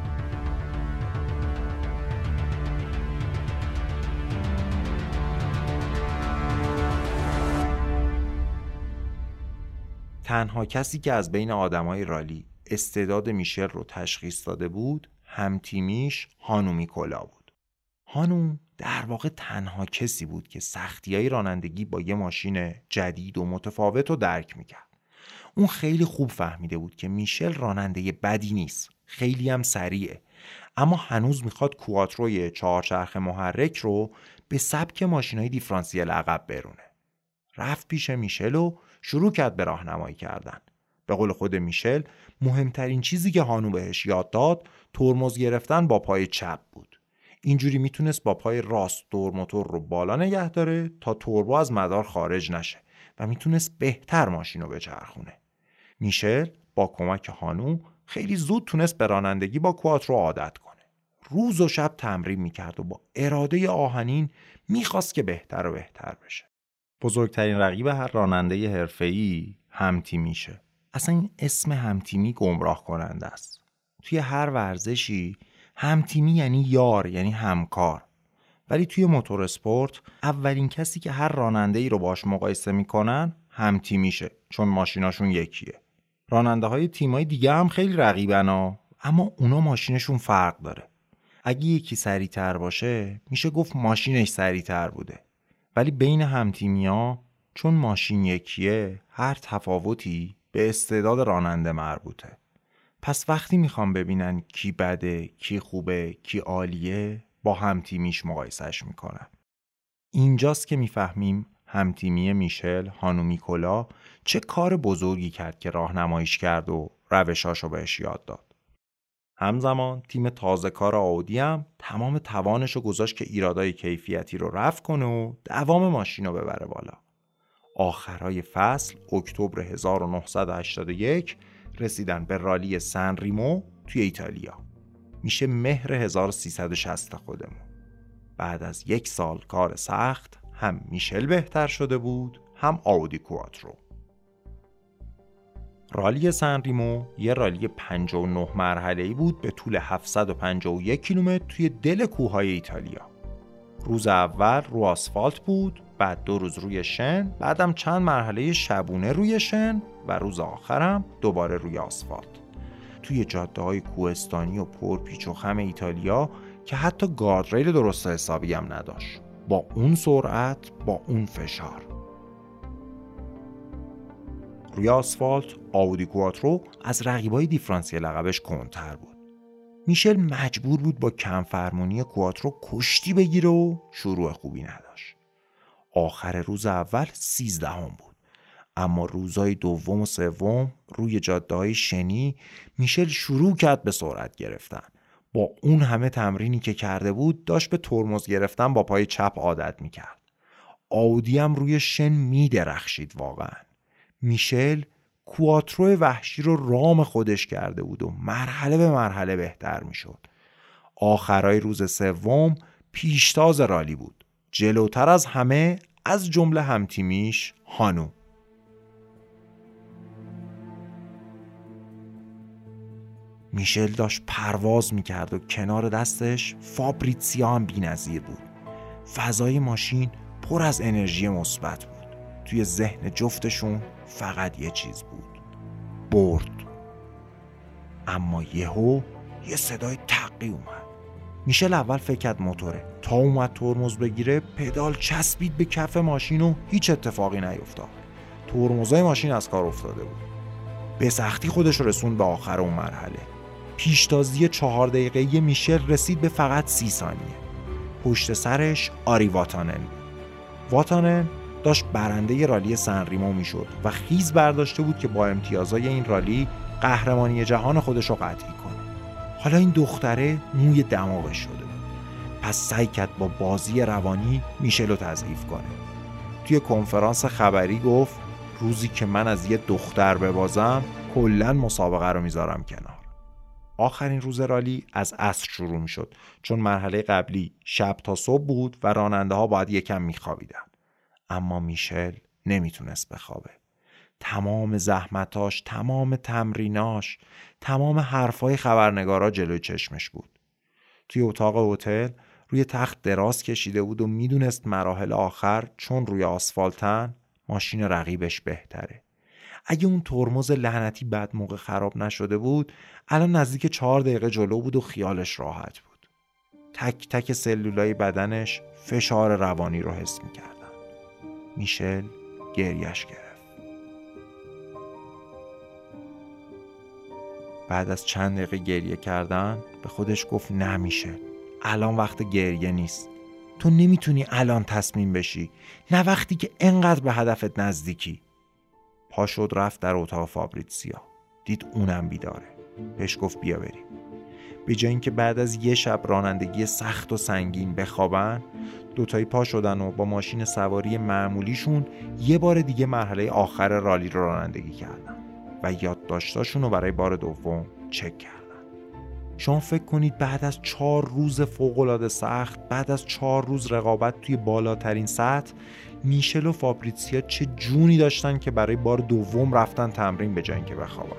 تنها کسی که از بین آدمای رالی استعداد میشل رو تشخیص داده بود، همتیمیش هانو میکولا بود. هانو در واقع تنها کسی بود که سختیای رانندگی با یه ماشین جدید و متفاوت رو درک میکرد. اون خیلی خوب فهمیده بود که میشل راننده بدی نیست، خیلی هم سریعه، اما هنوز میخواد کواتروی چهارچرخ محرک رو به سبک ماشینای دیفرانسیل عقب برونه. رفت پیش میشل و شروع کرد به راهنمایی کردن. به قول خود میشل، مهمترین چیزی که هانو بهش یاد داد ترمز گرفتن با پای چپ بود. اینجوری میتونست با پای راست دور موتور رو بالا نگه داره تا توربو از مدار خارج نشه و میتونست بهتر ماشین رو بچرخونه. میشل با کمک هانو خیلی زود تونست به رانندگی با کواترو عادت کنه. روز و شب تمرین میکرد و با اراده آهنین میخواست که بهتر و بهتر بشه. بزرگترین رقیب هر راننده حرفه‌ای همتیمیشه. اصلا این اسم همتیمی گمراه کننده است. توی هر ورزشی همتیمی یعنی یار، یعنی همکار. ولی توی موتور اسپورت اولین کسی که هر راننده‌ای رو باش مقایسه میکنن همتیمیشه، چون ماشیناشون یکیه. راننده های تیمای دیگه هم خیلی رقیبن ها، اما اونا ماشینشون فرق داره. اگه یکی سریع‌تر باشه میشه گفت ماشینش سریع‌تر بوده. ولی بین همتیمیا چون ماشین یکیه، هر تفاوتی به استعداد راننده مربوطه. پس وقتی میخوام ببینن کی بده، کی خوبه، کی عالیه، با همتیمیش مقایسهش میکنن. اینجاست که میفهمیم همتیمی میشل، هانو میکولا، چه کار بزرگی کرد که راهنماییش کرد و روشاشو بهش یاد داد. همزمان تیم تازه کار آودی هم تمام توانشو گذاشت که ایرادای کیفیتی رو رفع کنه و دوام ماشین رو ببره بالا. آخرای فصل اکتبر هزار و نهصد و هشتاد و یک رسیدن به رالی سن ریمو توی ایتالیا. میشه مهر هزار و سیصد و شصت خودمون. بعد از یک سال کار سخت هم میشل بهتر شده بود، هم آودی کواترو. رالی سن ریمو یه رالی پنجاه و نه مرحله‌ای بود به طول هفتصد و پنجاه و یک کیلومتر توی دل کوههای ایتالیا. روز اول رو آسفالت بود، بعد دو روز روی شن، بعدم چند مرحله شبونه روی شن و روز آخرم دوباره روی آسفالت. توی جاده‌های کوهستانی و پرپیچ و خم ایتالیا که حتی گاردریل درست حسابی هم نداشت. با اون سرعت، با اون فشار. روی آسفالت آودی کواترو از رقیبای دیفرانسیل عقبش کندتر بود. میشل مجبور بود با کمفرمانی کواترو کشتی بگیره و شروع خوبی نداشت. آخر روز اول سیزدهم بود، اما روزهای دوم و سوم روی جاده‌های شنی میشل شروع کرد به سرعت گرفتن. با اون همه تمرینی که کرده بود داشت به ترمز گرفتن با پای چپ عادت میکرد. آودی هم روی شن میدرخشید واقعا. میشل کواترو وحشی رو رام خودش کرده بود و مرحله به مرحله بهتر میشد. آخرای روز سوم پیشتاز رالی بود، جلوتر از همه از جمله همتیمیش هانو. میشل داشت پرواز میکرد و کنار دستش فابریتسیا هم بی‌نظیر بود. فضای ماشین پر از انرژی مثبت بود. توی ذهن جفتشون فقط یه چیز بود: برد. اما یهو یه صدای تقی اومد. میشل اول فکر کرد موتوره. تا اومد ترمز بگیره پدال چسبید به کف ماشین و هیچ اتفاقی نیفتاد. ترمزای ماشین از کار افتاده بود. به سختی خودش رسوند به آخر اون مرحله. پیشتازی چهار دقیقه‌ای میشل رسید به فقط سی ثانیه. پشت سرش آری واتانن بود. واتانن داشت برنده رالی سنریمو میشد و خیز برداشته بود که با امتیازهای این رالی قهرمانی جهان خودش رو قطعی کنه. حالا این دختره موی دماغش شده بود. پس سعی کرد با بازی روانی میشل رو تضعیف کنه. توی کنفرانس خبری گفت روزی که من از یه دختر ببازم کلاً مسابقه رو میذارم کنار. آخرین روز رالی از عصر شروع می شد، چون مرحله قبلی شب تا صبح بود و راننده ها باید یکم می خوابیدن. اما میشل نمیتونست بخوابه. تمام زحمتاش، تمام تمریناش، تمام حرفای خبرنگارا جلوی چشمش بود. توی اتاق هتل روی تخت دراز کشیده بود و میدونست مراحل آخر چون روی آسفالتن ماشین رقیبش بهتره. اگه اون ترمز لعنتی بعد موقع خراب نشده بود الان نزدیک چهار دقیقه جلو بود و خیالش راحت بود. تک تک سلولای بدنش فشار روانی رو حس میکردن. میشل گریش گرفت. بعد از چند دقیقه گریه کردن به خودش گفت نه میشل، الان وقت گریه نیست. تو نمیتونی الان تصمیم بشی، نه وقتی که انقدر به هدفت نزدیکی. پا شد رفت در اتاق فابریتسیا. دید اونم بیداره. بهش گفت بیا بریم. به جای اینکه بعد از یه شب رانندگی سخت و سنگین بخوابن، دوتایی پا شدن و با ماشین سواری معمولیشون یه بار دیگه مرحله آخر رالی رو رانندگی کردن و یادداشتاشون رو برای بار دوم چک کردن. شما فکر کنید بعد از چهار روز فوق‌العاده سخت، بعد از چهار روز رقابت توی بالاترین سطح، میشل و فابریتسیا چه جونی داشتن که برای بار دوم رفتن تمرین به جای اینکه بخوابن.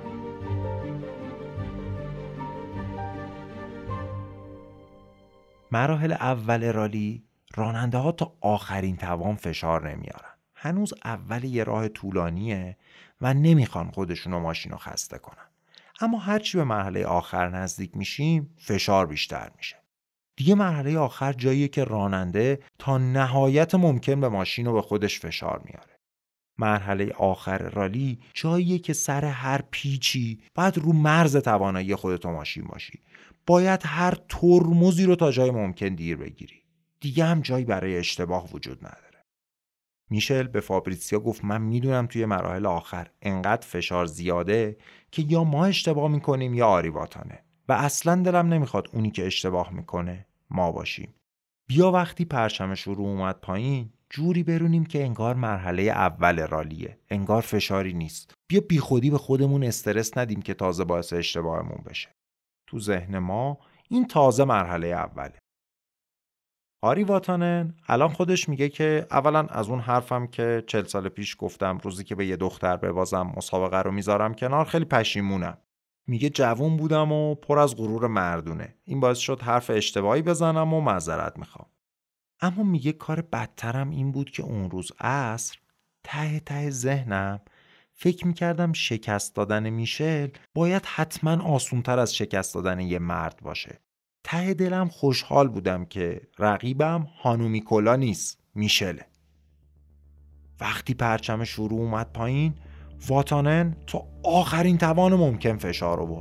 مراحل اول رالی راننده ها تا آخرین توان فشار نمیارن. هنوز اول یه راه طولانیه و نمیخوان خودشون و ماشین رو خسته کنن. اما هرچی به مرحله آخر نزدیک میشیم فشار بیشتر میشه. دیگه مرحله آخر جاییه که راننده تا نهایت ممکن به ماشین رو به خودش فشار میاره. مرحله آخر رالی جاییه که سر هر پیچی باید رو مرز توانایی خودت و ماشین باشی. باید هر ترمزی رو تا جای ممکن دیر بگیری. دیگه هم جایی برای اشتباه وجود نداره. میشل به فابریتسیا گفت من میدونم توی مراحل آخر انقدر فشار زیاده که یا ما اشتباه میکنیم یا آری واتانه و اصلا دلم نمیخواد اونی که اشتباه میکنه ما باشیم. بیا وقتی پرچم شروع اومد پایین جوری برونیم که انگار مرحله اول رالیه، انگار فشاری نیست. بیا بی خودی به خودمون استرس ندیم که تازه باعث اشتباهمون بشه. تو ذهن ما این تازه مرحله اوله. آری واتانن الان خودش میگه که اولا از اون حرفم که چهل سال پیش گفتم روزی که به یه دختر ببازم مسابقه رو میذارم کنار خیلی پشیمونم. میگه جوون بودم و پر از غرور مردونه. این باعث شد حرف اشتباهی بزنم و معذرت میخوام. اما میگه کار بدترم این بود که اون روز عصر ته ته ذهنم فکر میکردم شکست دادن میشل باید حتما آسونتر از شکست دادن یه مرد باشه. ته دلم خوشحال بودم که رقیبم هانو میکولا نیست، میشله. وقتی پرچم شروع اومد پایین، واتانن تا آخرین توان ممکن فشار آورد.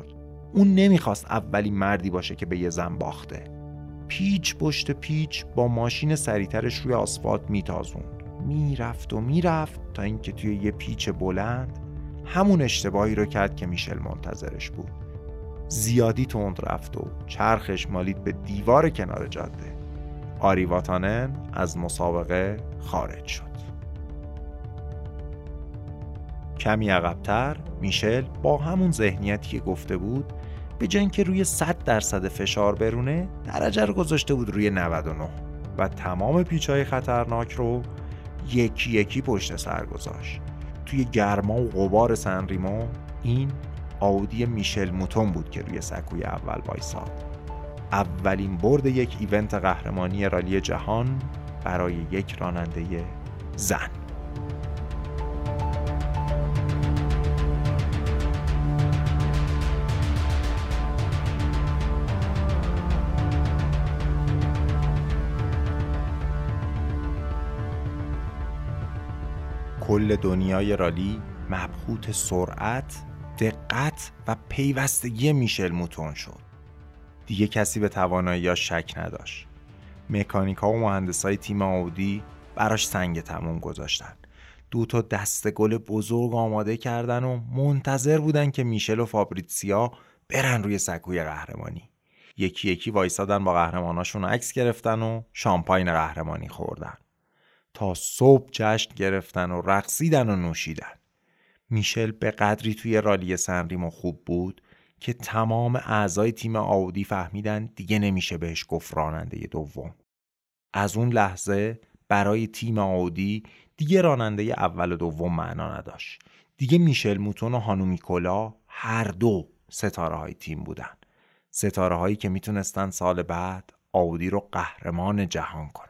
اون نمیخواست اولین مردی باشه که به یه زن باخته. پیچ پشت پیچ با ماشین سریعترش روی آسفالت میتازوند. میرفت و میرفت تا اینکه توی یه پیچ بلند همون اشتباهی رو کرد که میشل منتظرش بود. زیادی تند رفت و چرخش مالید به دیوار کنار جاده. آری واتانن از مسابقه خارج شد. کمی عقب‌تر میشل با همون ذهنیتی که گفته بود به جای اینکه روی صد درصد فشار برونه، درجه رو گذاشته بود روی نود و نه و تمام پیچ‌های خطرناک رو یکی یکی پشت سر گذاشت. توی گرما و غبار سن ریمو این آودی میشل موتون بود که روی سکوی اول وایساد. اولین برد یک ایونت قهرمانی رالی جهان برای یک راننده زن. کل دنیای رالی مبهوت سرعت، دقت و پیوستگی میشل موتون شد. دیگه کسی به توانایی‌اش شک نداشت. مکانیکا و مهندسای تیم آودی براش سنگ تموم گذاشتن. دو تا دسته گل بزرگ آماده کردن و منتظر بودن که میشل و فابریتسیا برن روی سکوی قهرمانی. یکی یکی وایسادن با قهرماناشون عکس گرفتن و شامپاین قهرمانی خوردن. تا صبح جشن گرفتن و رقصیدن و نوشیدن. میشل به قدری توی رالی سن ریمو خوب بود که تمام اعضای تیم آودی فهمیدن دیگه نمیشه بهش گفت راننده دوم. از اون لحظه برای تیم آودی دیگه راننده اول و دوم معنا نداشت. دیگه میشل موتون و هانو میکولا هر دو ستاره های تیم بودن. ستاره هایی که میتونستن سال بعد آودی رو قهرمان جهان کنن.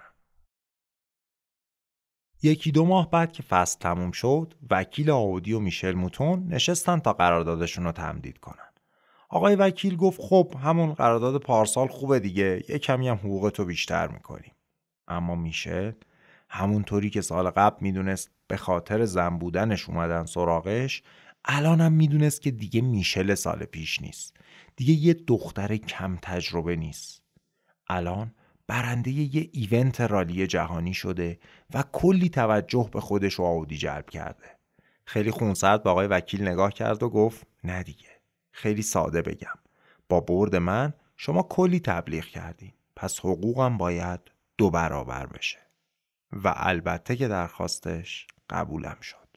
یکی دو ماه بعد که فصل تموم شد، وکیل آودی و میشل موتون نشستن تا قراردادشون رو تمدید کنن. آقای وکیل گفت خب همون قرارداد پارسال خوبه دیگه، یه کمی هم حقوقتو بیشتر میکنیم. اما میشل همونطوری که سال قبل میدونست به خاطر زن بودنش اومدن سراغش، الان هم میدونست که دیگه میشل سال پیش نیست. دیگه یه دختر کم تجربه نیست. الان برنده یه ایونت رالی جهانی شده و کلی توجه به خودش و آودی جلب کرده. خیلی خونسرد به آقای وکیل نگاه کرد و گفت نه دیگه، خیلی ساده بگم، با برد من شما کلی تبلیغ کردین، پس حقوقم باید دو برابر بشه. و البته که درخواستش قبولم شد.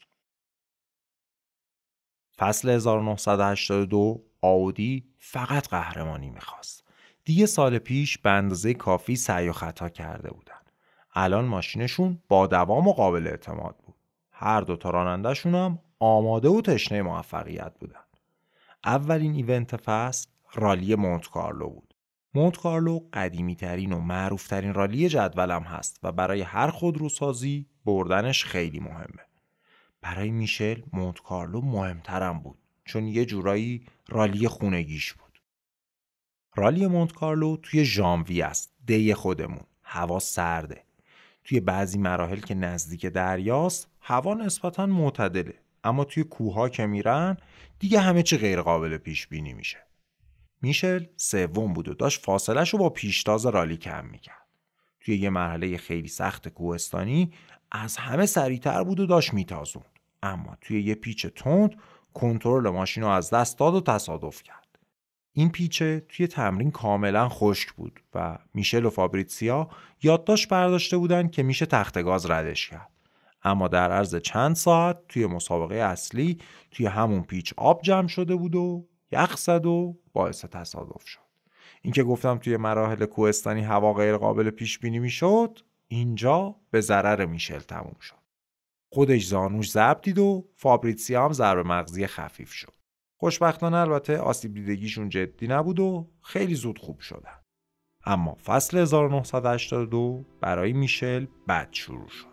فصل هزار و نهصد و هشتاد و دو آودی فقط قهرمانی میخواست. دیگه سال پیش به اندازه کافی سعی و خطا کرده بودن. الان ماشینشون با دوام و قابل اعتماد بود. هر دو تا راننده‌شون هم آماده و تشنه موفقیت بودن. اولین ایونت فصل رالی مونت کارلو بود. مونت کارلو قدیمی ترین و معروف ترین رالی جدولم هست و برای هر خودروسازی بردنش خیلی مهمه. برای میشل مونت کارلو مهمترم بود چون یه جورایی رالی خونگیش بود. رالی مونت کارلو توی ژانویه است، دی خودمون. هوا سرده. توی بعضی مراحل که نزدیک دریاست هوا نسبتاً معتدله، اما توی کوه‌ها که میرن دیگه همه چی غیر قابل پیش بینی میشه. میشل سوم بود و داشت فاصله‌شو با پیشتاز رالی کم میکرد. توی یه مرحله خیلی سخت کوهستانی از همه سریعتر بود و داشت میتازوند، اما توی یه پیچ تند کنترل ماشین رو از دست داد و تصادف کرد. این پیچه توی تمرین کاملا خشک بود و میشل و فابریتسیا یادداشت برداشته بودن که میشه تخت گاز ردش کرد. اما در عرض چند ساعت توی مسابقه اصلی توی همون پیچ آب جمع شده بود و یخ زد و باعث تصادف شد. این که گفتم توی مراحل کوهستانی هوا غیر قابل پیش بینی میشد، اینجا به ضرر میشل تموم شد. خودش زانوش ضرب دید و فابریتسیا هم ضربه مغزی خفیف شد. خوشبختانه البته آسیب دیدگیشون جدی نبود و خیلی زود خوب شدن. اما فصل هزار و نهصد و هشتاد و دو برای میشل بد شروع شد.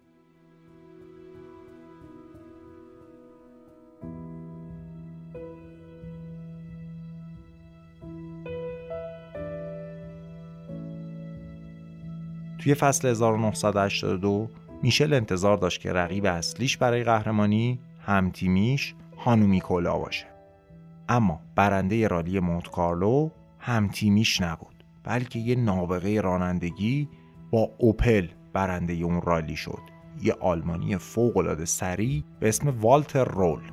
توی فصل هزار و نهصد و هشتاد و دو میشل انتظار داشت که رقیب اصلیش برای قهرمانی همتیمیش هانو میکولا باشه. اما برنده رالی مونت-کارلو هم تیمیش نبود، بلکه یه نابغه رانندگی با اوپل برنده اون رالی شد، یه آلمانی فوق‌العاده سریع به اسم والتر رول.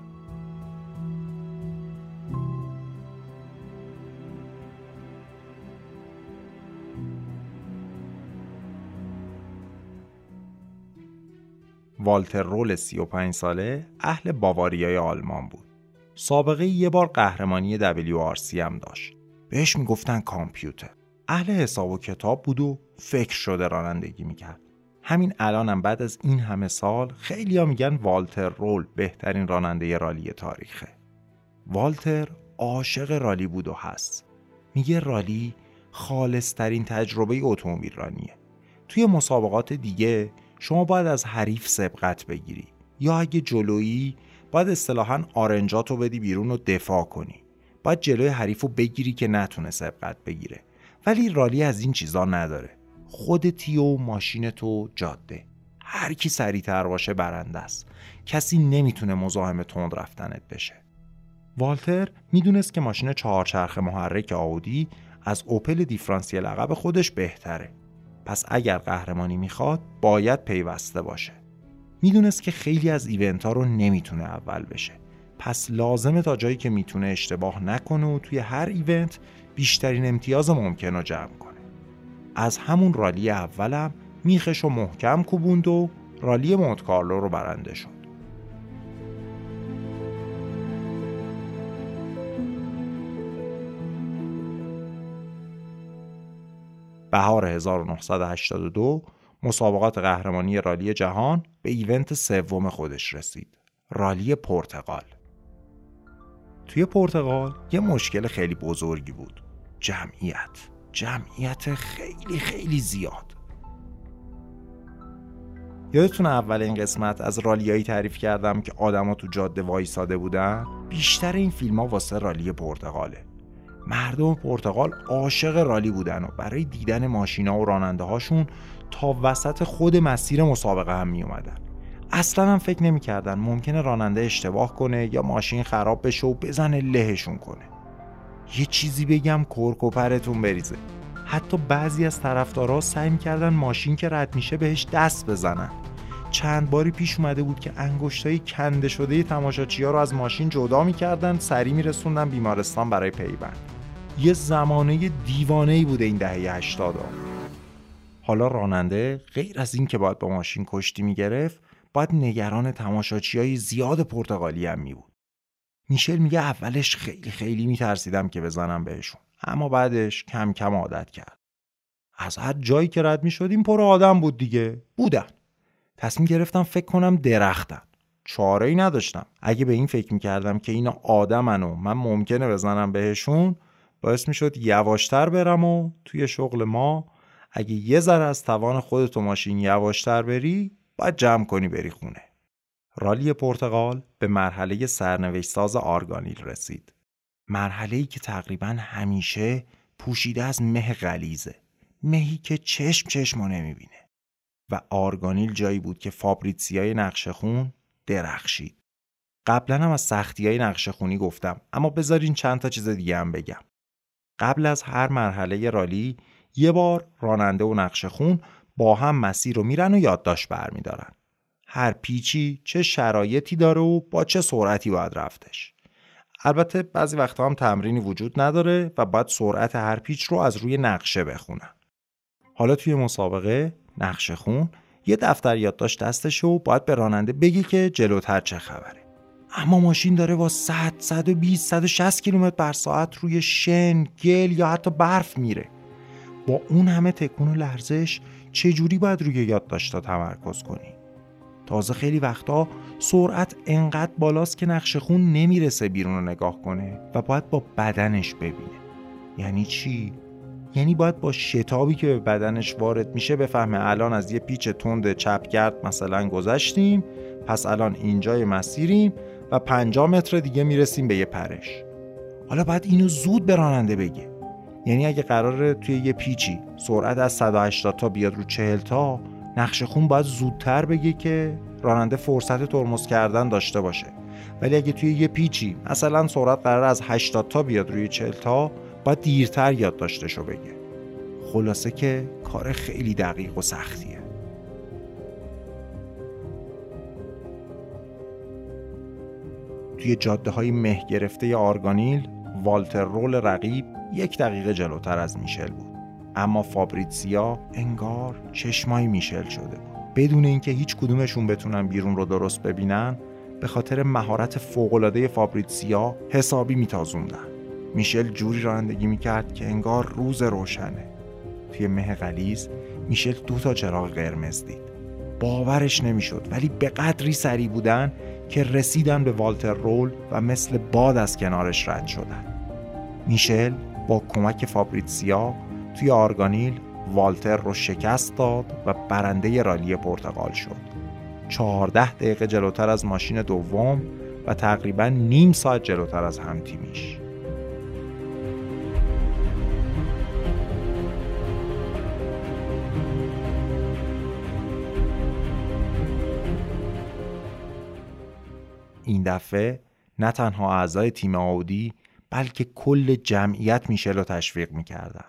والتر رول سی و پنج ساله اهل باواریای آلمان بود. سابقه یه بار قهرمانی دبلیو آر سی هم داشت. بهش میگفتن کامپیوتر. اهل حساب و کتاب بود و فکر شده رانندگی میکرد. همین الانم بعد از این همه سال خیلیا میگن والتر رول بهترین راننده رالی تاریخه. والتر عاشق رالی بود و هست. میگه رالی خالص‌ترین تجربه اتومبیل رانیه. توی مسابقات دیگه شما باید از حریف سبقت بگیری، یا اگه جلویی باید اصطلاحاً آرنجاتو بدی بیرون و دفاع کنی. باید جلوی حریفو بگیری که نتونه سبقت بگیره. ولی رالی از این چیزا نداره. خودتی و ماشین تو جاده. هر کی سریع‌تر باشه برنده است. کسی نمیتونه مزاحم تند رفتنت بشه. والتر میدونست که ماشین چهارچرخ محرک آودی از اوپل دیفرانسیل عقب خودش بهتره. پس اگر قهرمانی میخواد باید پیوسته باشه. میدونست که خیلی از ایونت ها رو نمیتونه اول بشه. پس لازمه تا جایی که میتونه اشتباه نکنه و توی هر ایونت بیشترین امتیاز ممکن رو جمع کنه. از همون رالی اولم میخش و محکم کوبوند و رالی مونت-کارلو رو برنده شد. بهار هزار و نهصد و هشتاد و دو مسابقات قهرمانی رالی جهان به ایونت سوم خودش رسید، رالی پرتغال. توی پرتغال یه مشکل خیلی بزرگی بود، جمعیت جمعیت خیلی خیلی زیاد. یادتونه اول این قسمت از رالیایی تعریف کردم که آدما تو جاده وایساده بودن؟ بیشتر این فیلم‌ها واسه رالی پرتغاله. مردم پرتغال عاشق رالی بودن و برای دیدن ماشینا و راننده هاشون تا وسط خود مسیر مسابقه هم می اومدن. اصلا هم فکر نمی کردن ممکنه راننده اشتباه کنه یا ماشین خراب بشه و بزنه لهشون کنه. یه چیزی بگم کرک و پرتون بریزه. حتی بعضی از طرفدارا سعی می‌کردن ماشین که رد میشه بهش دست بزنن. چند باری پیش اومده بود که انگشتای کنده شده تماشاچی‌ها رو از ماشین جدا می‌کردن، سری می‌رسوندن بیمارستان برای پیوند. یه زمانه دیوانه‌ای بوده این دهه هشتاد. حالا راننده غیر از این که باید با ماشین کشتی می‌گرفت، باید نگران تماشاچی‌های زیاد پرتغالی هم می‌بود. میشل میگه اولش خیلی خیلی میترسیدم که بزنم بهشون، اما بعدش کم کم عادت کرد. از هر جایی که رد میشدیم پر آدم بود دیگه. بودن. تصمیم گرفتم فکر کنم درختن. چاره‌ای نداشتم. اگه به این فکر میکردم که اینا آدمن و من ممکنه بزنم بهشون، باعث میشد یواشتر برم و توی شغل ما اگه یه ذره از توان خودت و ماشین یواشتر بری، باید جمع کنی بری خونه. رالی پرتغال به مرحله سرنوشت ساز آرگانیل رسید. مرحله‌ای که تقریباً همیشه پوشیده از مه غلیظه. مهی که چشم چشمو نمیبینه. و آرگانیل جایی بود که فابریتسیای نقشه خون درخشید. قبلا هم از سختیای نقشه خونی گفتم، اما بذارین چند تا چیز دیگه هم بگم. قبل از هر مرحله رالی یه بار راننده و نقشه خون با هم مسیر رو میرن و یادداشت برمیدارن. هر پیچی چه شرایطی داره و با چه سرعتی باید رفتش. البته بعضی وقتا هم تمرینی وجود نداره و باید سرعت هر پیچ رو از روی نقشه بخونن. حالا توی مسابقه نقشه خون یه دفتر یادداشت دستشه و باید به راننده بگی که جلوتر چه خبره. اما ماشین داره با صد، صد و بیست، صد و شصت کیلومتر بر ساعت روی شن، گل یا حتی برف میره. با اون همه تکون و لرزش چجوری باید روی یادداشت‌ها تمرکز کنی؟ تازه خیلی وقتا سرعت انقدر بالاست که نقشه خون نمیرسه بیرون رو نگاه کنه و باید با بدنش ببینه. یعنی چی؟ یعنی باید با شتابی که به بدنش وارد میشه بفهمه الان از یه پیچ تند چپگرد مثلا گذشتیم، پس الان اینجای مسیریم و پنجاه متر دیگه میرسیم به یه پرش. حالا باید اینو زود به راننده بگه. یعنی اگه قراره توی یه پیچی سرعت از صد و هشتاد تا بیاد رو چهل تا، نقشه خون باید زودتر بگه که راننده فرصت ترمز کردن داشته باشه. ولی اگه توی یه پیچی مثلا سرعت قرار از هشتاد تا بیاد روی چهل تا، باید دیرتر یاد داشتشو بگه. خلاصه که کار خیلی دقیق و سختیه. توی جاده های مه گرفته آرگانیل، والتر رول رقیب یک دقیقه جلوتر از میشل بود، اما فابریتسیا انگار چشمای میشل شده بود. بدون اینکه هیچ کدومشون بتونن بیرون رو درست ببینن، به خاطر مهارت فوق‌العاده فابریتسیا حسابی میتازوندن. میشل جوری رانندگی میکرد که انگار روز روشنه. توی مه غلیظ میشل دو تا چراغ قرمز دید. باورش نمیشد، ولی به قدری سریع بودن که رسیدن به والتر رول و مثل باد از کنارش رد شدن. میشل با کمک فابریتسیا توی آرگانیل والتر رو شکست داد و برنده رالی پرتغال شد. چهارده دقیقه جلوتر از ماشین دوم و تقریباً نیم ساعت جلوتر از همتیمیش. این دفعه نه تنها اعضای تیم آودی بلکه کل جمعیت میشل رو تشویق میکردن.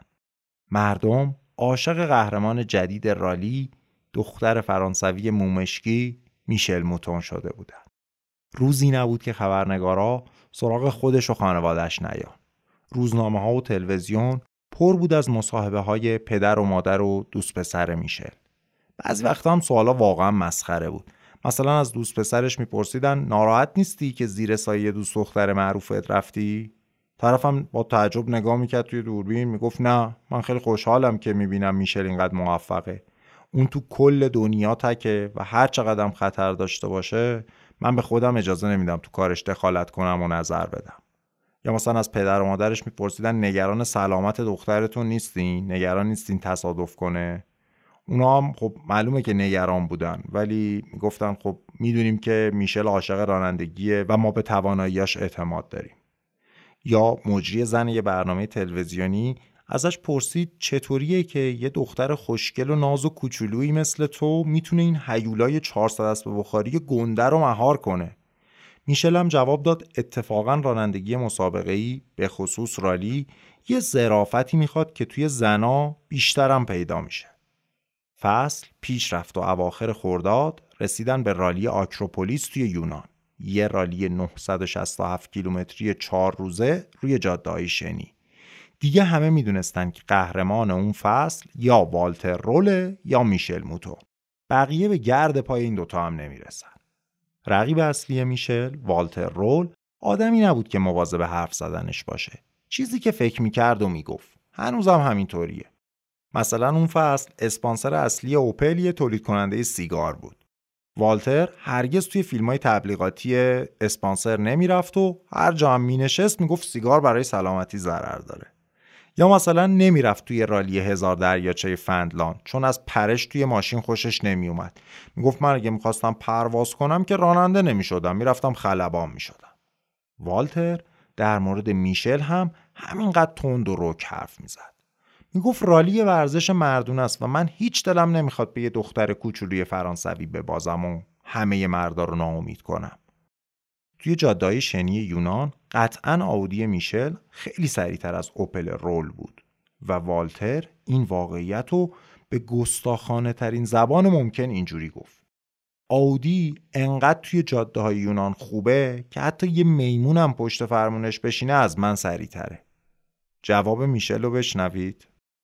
مردم عاشق قهرمان جدید رالی، دختر فرانسوی مومشکی میشل موتون شده بودن. روزی نبود که خبرنگارا سراغ خودش و خانواده‌اش نیان. روزنامه ها و تلویزیون پر بود از مصاحبه های پدر و مادر و دوست پسر میشل. بعضی وقتا هم سوالا واقعا مسخره بود. مثلا از دوست پسرش میپرسیدن ناراحت نیستی که زیر سایه دوست دختر معروفت رفتی؟ طرفم با تعجب نگاه میکرد توی دوربین، میگفت نه، من خیلی خوشحالم که میبینم میشل اینقدر موفقه. اون تو کل دنیا تکه و هر چقدرم خطر داشته باشه من به خودم اجازه نمیدم تو کارش دخالت کنم و نظر بدم. یا مثلا از پدر و مادرش میپرسیدن نگران سلامت دخترتون نیستین؟ نگران نیستین تصادف کنه؟ اونا هم خب معلومه که نگران بودن، ولی میگفتن خب میدونیم که میشل عاشق رانندگیه و ما به تواناییاش اعتماد داریم. یا مجری زن یه برنامه تلویزیونی ازش پرسید چطوریه که یه دختر خوشگل و ناز و کوچولویی مثل تو میتونه این هیولای چهارصد اسب بخاری گنده رو مهار کنه. میشل هم جواب داد اتفاقا رانندگی مسابقه‌ای به خصوص رالی یه ظرافتی میخواد که توی زنا بیشترم پیدا میشه. فصل پیش رفت و اواخر خرداد رسیدن به رالی آکروپولیس توی یونان. یه رالی نهصد و شصت و هفت کیلومتری چهار روزه روی جاده‌های شنی. دیگه همه میدونستن که قهرمان اون فصل یا والتر رول یا میشل موتون. بقیه به گرد پای این دوتا هم نمیرسن. رقیب اصلی میشل، والتر رول، آدمی نبود که مواظب حرف زدنش باشه. چیزی که فکر میکرد و میگفت. هنوزم همینطوریه. مثلا اون فصل اسپانسر اصلی اوپل یه تولید کننده سیگار بود. والتر هرگز توی فیلم‌های تبلیغاتی اسپانسر نمیرفت و هر جا هم مینشست میگفت سیگار برای سلامتی ضرر داره. یا مثلا نمیرفت توی رالی هزار دریاچه فنلاند چون از پرش توی ماشین خوشش نمیومد. میگفت من اگه میخواستم پرواز کنم که راننده نمیشدم، میرفتم خلبان میشدم. والتر در مورد میشل هم همینقدر تند و رک حرف میزد. میگفت رالی ورزش مردونه است و من هیچ دلم نمیخواد به یه دختر کوچولوی فرانسوی ببازم و همه مردا رو ناامید کنم. توی جاده‌های شنی یونان قطعاً آودی میشل خیلی سریعتر از اوپل رول بود و والتر این واقعیت رو به گستاخانه ترین زبان ممکن اینجوری گفت: آودی انقدر توی جاده‌های یونان خوبه که حتی یه میمونم پشت فرمونش بشینه از من سریعتره. جواب میشل رو بشنوید.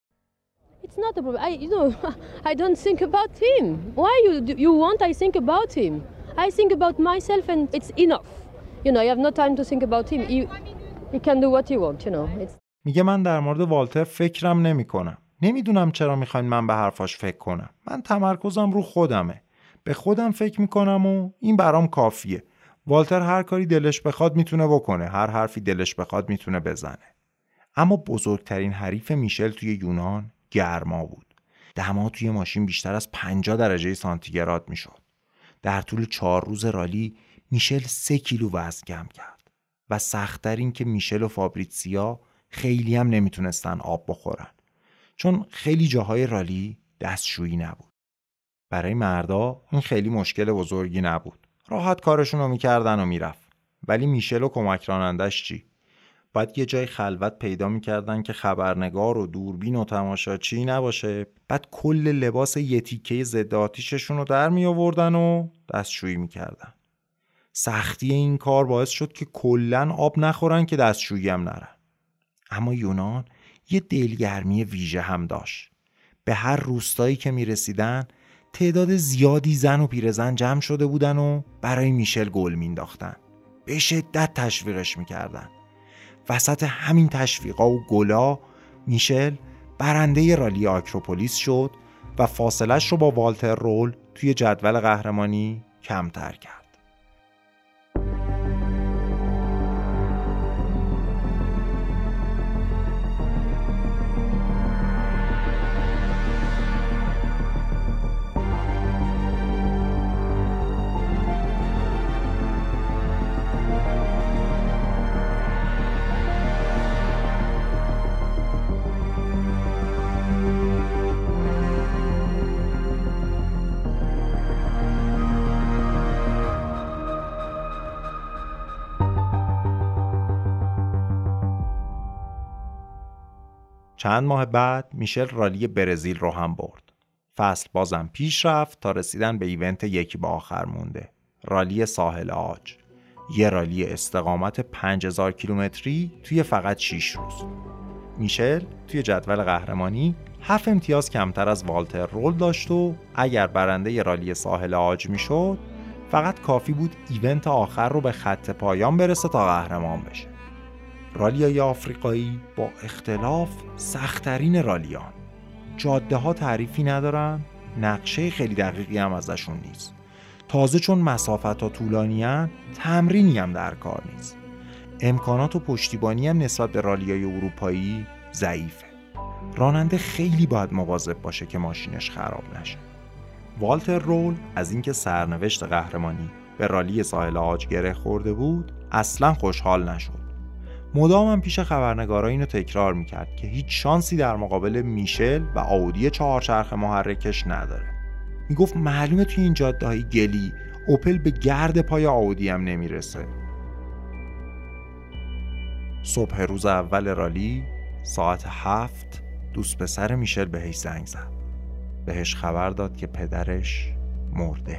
It's not a problem. I, you know, I don't think about him. Why you you want I think about him? I think about myself and it's enough. You know, I have no time to think about him. He, he can do what he wants, you know. It's... میگه من در مورد والتر فکرم نمی کنم. نمیدونم چرا میخواین من به حرفاش فکر کنم. من تمرکزم رو خودمه. به خودم فکر میکنم و این برام کافیه. والتر هر کاری دلش بخواد میتونه بکنه. هر حرفی دلش بخواد میتونه بزنه. اما بزرگترین حریف میشل توی یونان گرما بود. دما توی ماشین بیشتر از پنجاه درجه سانتیگراد میشد. در طول چهار روز رالی میشل سه کیلو وزن کم کرد و سخت‌تر این که میشل و فابریتسیا خیلی هم نمیتونستن آب بخورن چون خیلی جاهای رالی دستشویی نبود. برای مردا این خیلی مشکل بزرگی نبود. راحت کارشون رو میکردن و میرفت. ولی میشل و کمک رانندش چی؟ بعد یه جای خلوت پیدا میکردن که خبرنگار و دوربین و تماشاچی نباشه، بعد کل لباس یه تیکه ضد آتیششون رو در می آوردن و دستشویی میکردن. سختی این کار باعث شد که کلن آب نخورن که دستشویی هم نرن. اما یونان یه دلگرمی ویژه هم داشت. به هر روستایی که میرسیدن تعداد زیادی زن و پیرزن جمع شده بودن و برای میشل گل مینداختن. به شدت تشویقش میکردن. وسط همین تشویقا و گلا میشل برنده رالی آکروپولیس شد و فاصلش رو با والتر رول توی جدول قهرمانی کمتر کرد. چند ماه بعد میشل رالی برزیل رو هم برد. فصل بازم پیش رفت تا رسیدن به ایونت یکی به آخر مونده، رالی ساحل عاج. یه رالی استقامت پنج هزار کیلومتری توی فقط شش روز. میشل توی جدول قهرمانی هفت امتیاز کمتر از والتر رول داشت و اگر برنده ی رالی ساحل عاج میشد فقط کافی بود ایونت آخر رو به خط پایان برسه تا قهرمان بشه. رالیای آفریقایی با اختلاف سخت‌ترین رالیان. جاده ها تعریفی ندارن، نقشه خیلی دقیقی هم ازشون نیست. تازه چون مسافت ها طولانی هن، تمرینی هم در کار نیست. امکانات و پشتیبانی هم نسبت به رالیای اروپایی ضعیفه. راننده خیلی باید مواظب باشه که ماشینش خراب نشه. والتر رول از اینکه سرنوشت قهرمانی به رالی ساحل عاج گره خورده بود اصلا خوشحال نشد. مدام هم پیش خبرنگارا اینو تکرار میکرد که هیچ شانسی در مقابل میشل و آودی چهارچرخ محرکش نداره. میگفت معلومه توی این جاده‌های گلی اوپل به گرد پای آودی هم نمیرسه. صبح روز اول رالی ساعت هفت دوست پسر میشل بهش زنگ زد. بهش خبر داد که پدرش مرده.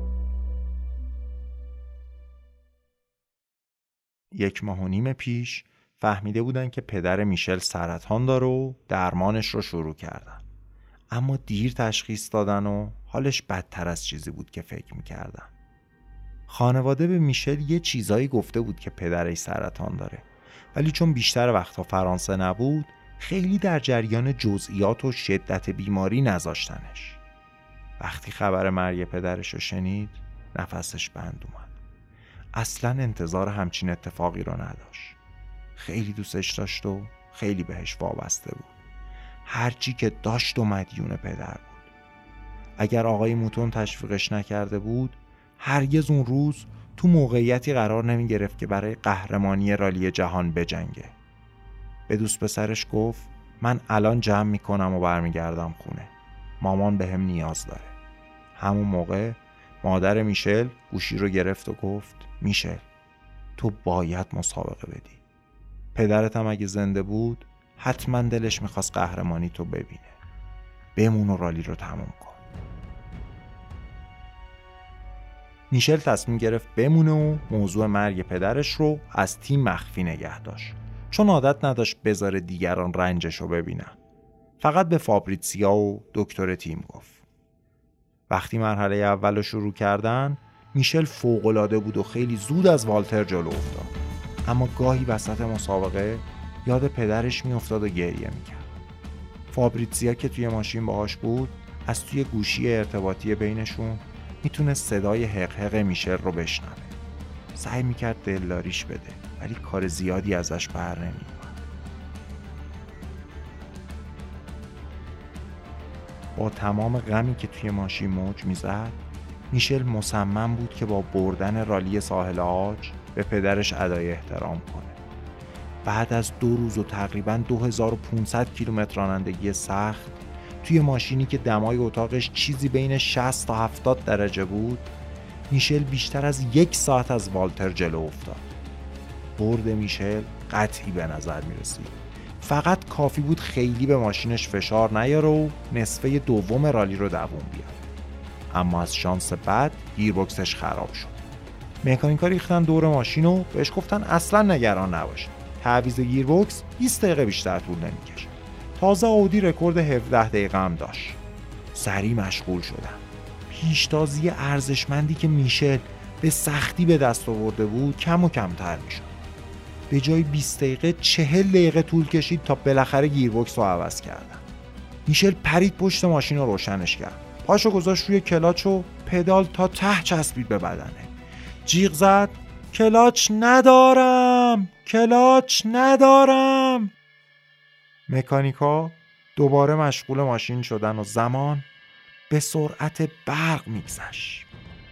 یک ماه و نیم پیش فهمیده بودن که پدر میشل سرطان داره و درمانش رو شروع کردن. اما دیر تشخیص دادن و حالش بدتر از چیزی بود که فکر میکردن. خانواده به میشل یه چیزایی گفته بود که پدرش سرطان داره، ولی چون بیشتر وقتا فرانسه نبود خیلی در جریان جزئیات و شدت بیماری نذاشتنش. وقتی خبر مرگ پدرش رو شنید نفسش بند اومد. اصلا انتظار همچین اتفاقی رو نداشت. خیلی دوستش داشت و خیلی بهش وابسته بود. هرچی که داشت و مدیون پدر بود. اگر آقای موتون تشویقش نکرده بود هرگز اون روز تو موقعیتی قرار نمی گرفت که برای قهرمانی رالی جهان بجنگه. به دوست پسرش گفت من الان جمع میکنم و برمیگردم خونه. مامان به هم نیاز داره. همون موقع مادر میشل گوشی رو گرفت و گفت میشل تو باید مسابقه بدی. پدرت هم اگه زنده بود حتما دلش میخواست قهرمانی تو ببینه. بمون و رالی رو تموم کن. میشل تصمیم گرفت بمونه و موضوع مرگ پدرش رو از تیم مخفی نگه داشت، چون عادت نداشت بذاره دیگران رنجش رو ببینن. فقط به فابریتسیا و دکتر تیم گفت. وقتی مرحله اول رو شروع کردن میشل فوق‌العاده بود و خیلی زود از والتر جلو افتاد. اما گاهی وسط مسابقه یاد پدرش میافتاد و گریه میکرد. فابریتسیا که توی ماشین باهاش بود از توی گوشی ارتباطی بینشون میتونه صدای حقحق میشل رو بشنوه. سعی میکرد دلداریش بده ولی کار زیادی ازش بر نمیاد. با تمام غمی که توی ماشین موج میزد میشل مصمم بود که با بردن رالی ساحل عاج به پدرش ادای احترام کنه. بعد از دو روز و تقریباً دو هزار و پانصد کیلومتر رانندگی سخت توی ماشینی که دمای اتاقش چیزی بین شصت تا هفتاد درجه بود، میشل بیشتر از یک ساعت از والتر جلو افتاد. برد میشل قطعی به نظر می رسید. فقط کافی بود خیلی به ماشینش فشار نیاره و نصفه دوم رالی رو دووم بیاد. اما از شانس بد گیربکسش خراب شد. مکانیکا ریختن دور ماشین و بهش گفتن اصلا نگران نباشه. تعویض گیربکس بیست دقیقه بیشتر طول نمیکشه. تازه آودی رکورد هفده دقیقه هم داشت. سریع مشغول شدن. پیشتازی ارزشمندی که میشل به سختی به دست آورده بود کم و کمتر میشد. به جای بیست دقیقه چهل دقیقه طول کشید تا بالاخره گیربکس رو عوض کردن. میشل پرید پشت ماشین رو روشنش کرد. پاشو گذاشت روی کلاچ و پدال تا ته چسبید به بدنه. جیغ زد کلاچ ندارم، کلاچ ندارم. مکانیکا دوباره مشغول ماشین شدن و زمان به سرعت برق میگذشت.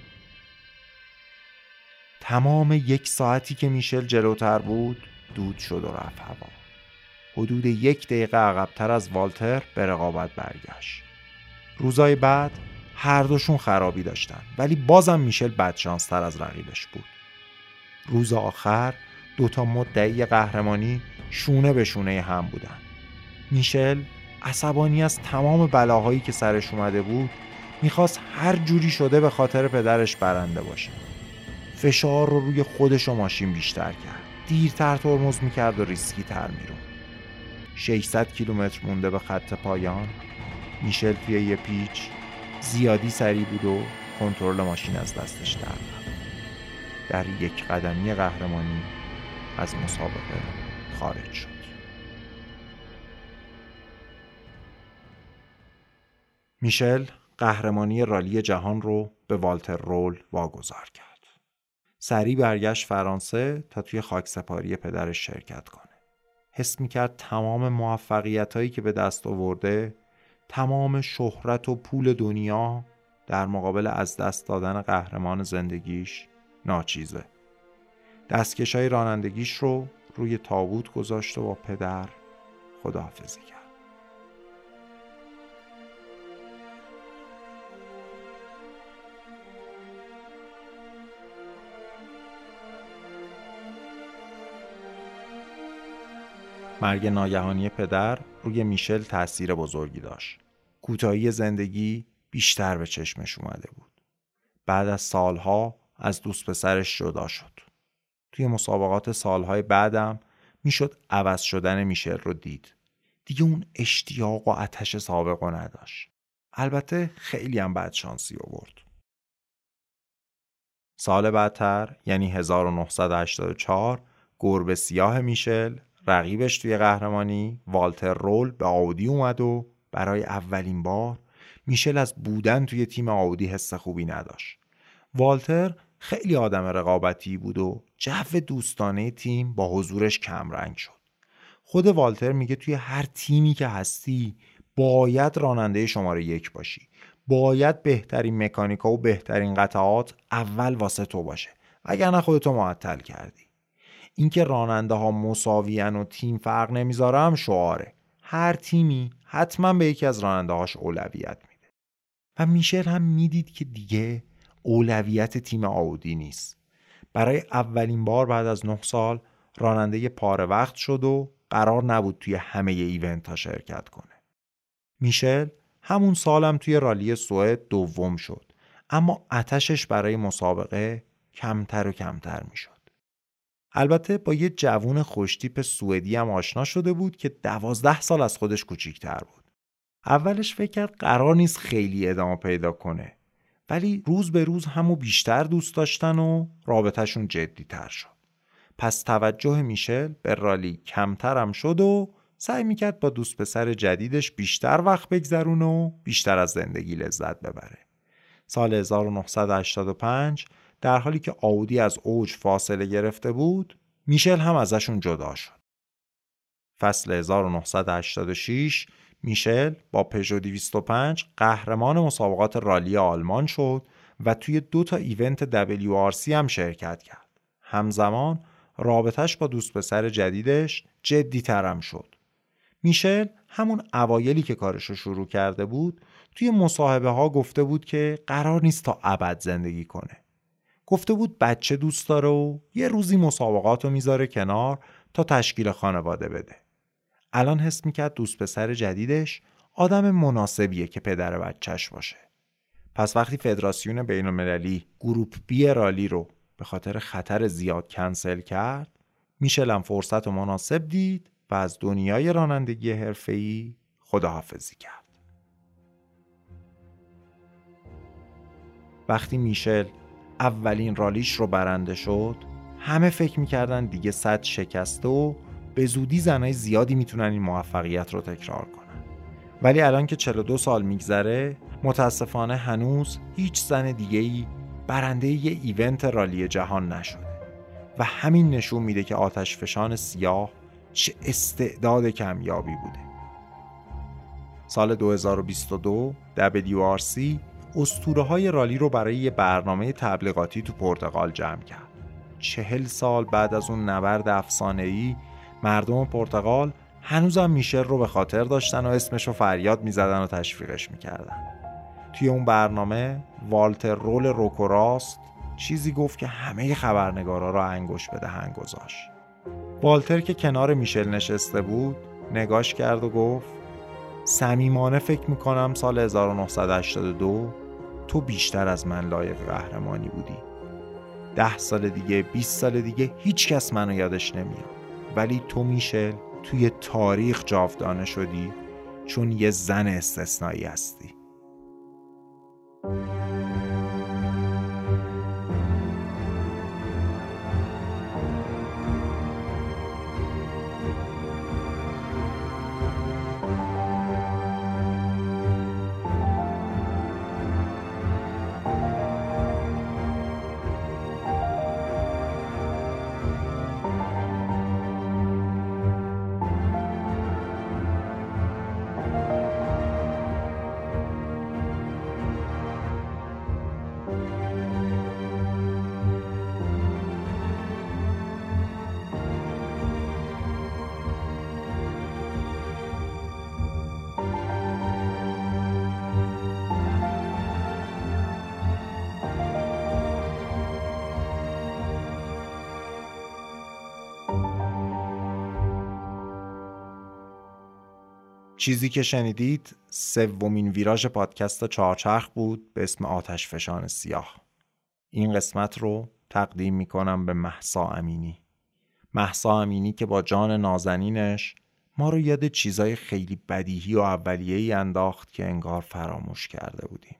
تمام یک ساعتی که میشل جلوتر بود دود شد و رفت هوا. حدود یک دقیقه عقب‌تر از والتر به رقابت برگشت. روزای بعد هر دوشون خرابی داشتن ولی بازم میشل بدشانس‌تر از رقیبش بود. روز آخر دوتا مدعی قهرمانی شونه به شونه هم بودن. میشل عصبانی از تمام بلاهایی که سرش اومده بود میخواست هر جوری شده به خاطر پدرش برنده باشه. فشار رو روی خودش و ماشین بیشتر کرد. دیرتر ترمز میکرد و ریسکی تر میرون. ششصد کیلومتر مونده به خط پایان. میشل توی یه پیچ زیادی سریع بود و کنترل ماشین از دستش در رفت. در یک قدمی قهرمانی از مسابقه خارج شد. میشل قهرمانی رالی جهان رو به والتر رول واگذار کرد. سریع برگشت فرانسه تا توی خاکسپاری پدرش شرکت کنه. حس میکرد تمام موفقیتایی که به دست آورده، تمام شهرت و پول دنیا در مقابل از دست دادن قهرمان زندگیش ناچیزه. دستکشای رانندگیش رو روی تابوت گذاشت و با پدر خداحافظی کرد. مرگ ناگهانی پدر روی میشل تأثیر بزرگی داشت. کوتاهی زندگی بیشتر به چشمش اومده بود. بعد از سالها از دوست پسرش جدا شد. توی مسابقات سالهای بعدم میشد عوض شدن میشل رو دید. دیگه اون اشتیاق و آتش سابق رو نداشت. البته خیلی هم بدشانسی آورد. سال بعدتر یعنی هزار و نهصد و هشتاد و چهار گربه سیاه میشل رقیبش توی قهرمانی والتر رول به آودی اومد و برای اولین بار میشل از بودن توی تیم آودی حس خوبی نداشت. والتر خیلی آدم رقابتی بود و جو دوستانه تیم با حضورش کم رنگ شد. خود والتر میگه توی هر تیمی که هستی باید راننده شماره یک باشی. باید بهترین مکانیکا و بهترین قطعات اول واسه تو باشه. وگرنه خودتو معطل کردی. اینکه راننده ها مساویان و تیم فرق نمیذاره هم شعاره. هر تیمی حتما به یکی از راننده هاش اولویت میده. و میشل هم میدید که دیگه اولویت تیم آودی نیست. برای اولین بار بعد از نه سال راننده پاره وقت شد و قرار نبود توی همه ایونت ها شرکت کنه. میشل همون سالم توی رالی سوئد دوم شد، اما آتشش برای مسابقه کمتر و کمتر میشد. البته با یه جوون خوشتیپ سوئدی هم آشنا شده بود که دوازده سال از خودش کوچیک‌تر بود. اولش فکر کرد قرار نیست خیلی ادامه پیدا کنه، ولی روز به روز همو بیشتر دوست داشتن و رابطه‌شون جدی‌تر شد. پس توجه میشل به رالی کمتر هم شد و سعی میکرد با دوست پسر جدیدش بیشتر وقت بگذرونه و بیشتر از زندگی لذت ببره. سال هزار و نهصد و هشتاد و پنج در حالی که آودی از اوج فاصله گرفته بود، میشل هم ازشون جدا شد. فصل هزار و نهصد و هشتاد و شش میشل با پژو دویست و پنج قهرمان مسابقات رالی آلمان شد و توی دو تا ایونت دبلیو آر سی هم شرکت کرد. همزمان رابطش با دوست پسر جدیدش جدی‌تر هم شد. میشل همون اوایلی که کارشو شروع کرده بود توی مصاحبه ها گفته بود که قرار نیست تا ابد زندگی کنه. گفته بود بچه دوست داره و یه روزی مسابقات رو میذاره کنار تا تشکیل خانواده بده. الان حس میکرد دوست پسر جدیدش آدم مناسبیه که پدر بچهش باشه. پس وقتی فدراسیون بین المللی گروپ بی رالی رو به خاطر خطر زیاد کنسل کرد، میشل هم فرصت و مناسب دید و از دنیای رانندگی حرفه‌ای خداحافظی کرد. وقتی میشل اولین رالیش رو برنده شد، همه فکر میکردن دیگه سد شکسته و به زودی زنای زیادی میتونن این موفقیت رو تکرار کنن. ولی الان که چهل و دو سال میگذره، متاسفانه هنوز هیچ زن دیگه‌ای برنده یه ایونت رالی جهان نشده و همین نشون میده که آتشفشان سیاه چه استعداد کمیابی بوده. سال دو هزار و بیست و دو دبلیو آر سی اسطوره‌های رالی رو برای یه برنامه تبلیغاتی تو پرتغال جمع کرد. چهل سال بعد از اون نبرد افسانه‌ای، مردم پرتغال هنوزم میشل رو به خاطر داشتن و اسمش رو فریاد میزدن و تشویقش میکردن. توی اون برنامه والتر رول روکوراست چیزی گفت که همه خبرنگارا رو انگوش به دهن گذاشت. والتر که کنار میشل نشسته بود نگاش کرد و گفت صمیمانه فکر میکنم سال هزار و نهصد و هشتاد و دو تو بیشتر از من لایق قهرمانی بودی. ده سال دیگه، بیست سال دیگه هیچ کس منو یادش نمیاد، ولی تو میشل توی تاریخ جاودانه شدی چون یه زن استثنایی هستی. چیزی که شنیدید سومین ویراژ پادکست چهارچرخ بود به اسم آتشفشان سیاه. این قسمت رو تقدیم میکنم به مهسا امینی. مهسا امینی که با جان نازنینش ما رو یاد چیزای خیلی بدیهی و اولیه‌ای انداخت که انگار فراموش کرده بودیم.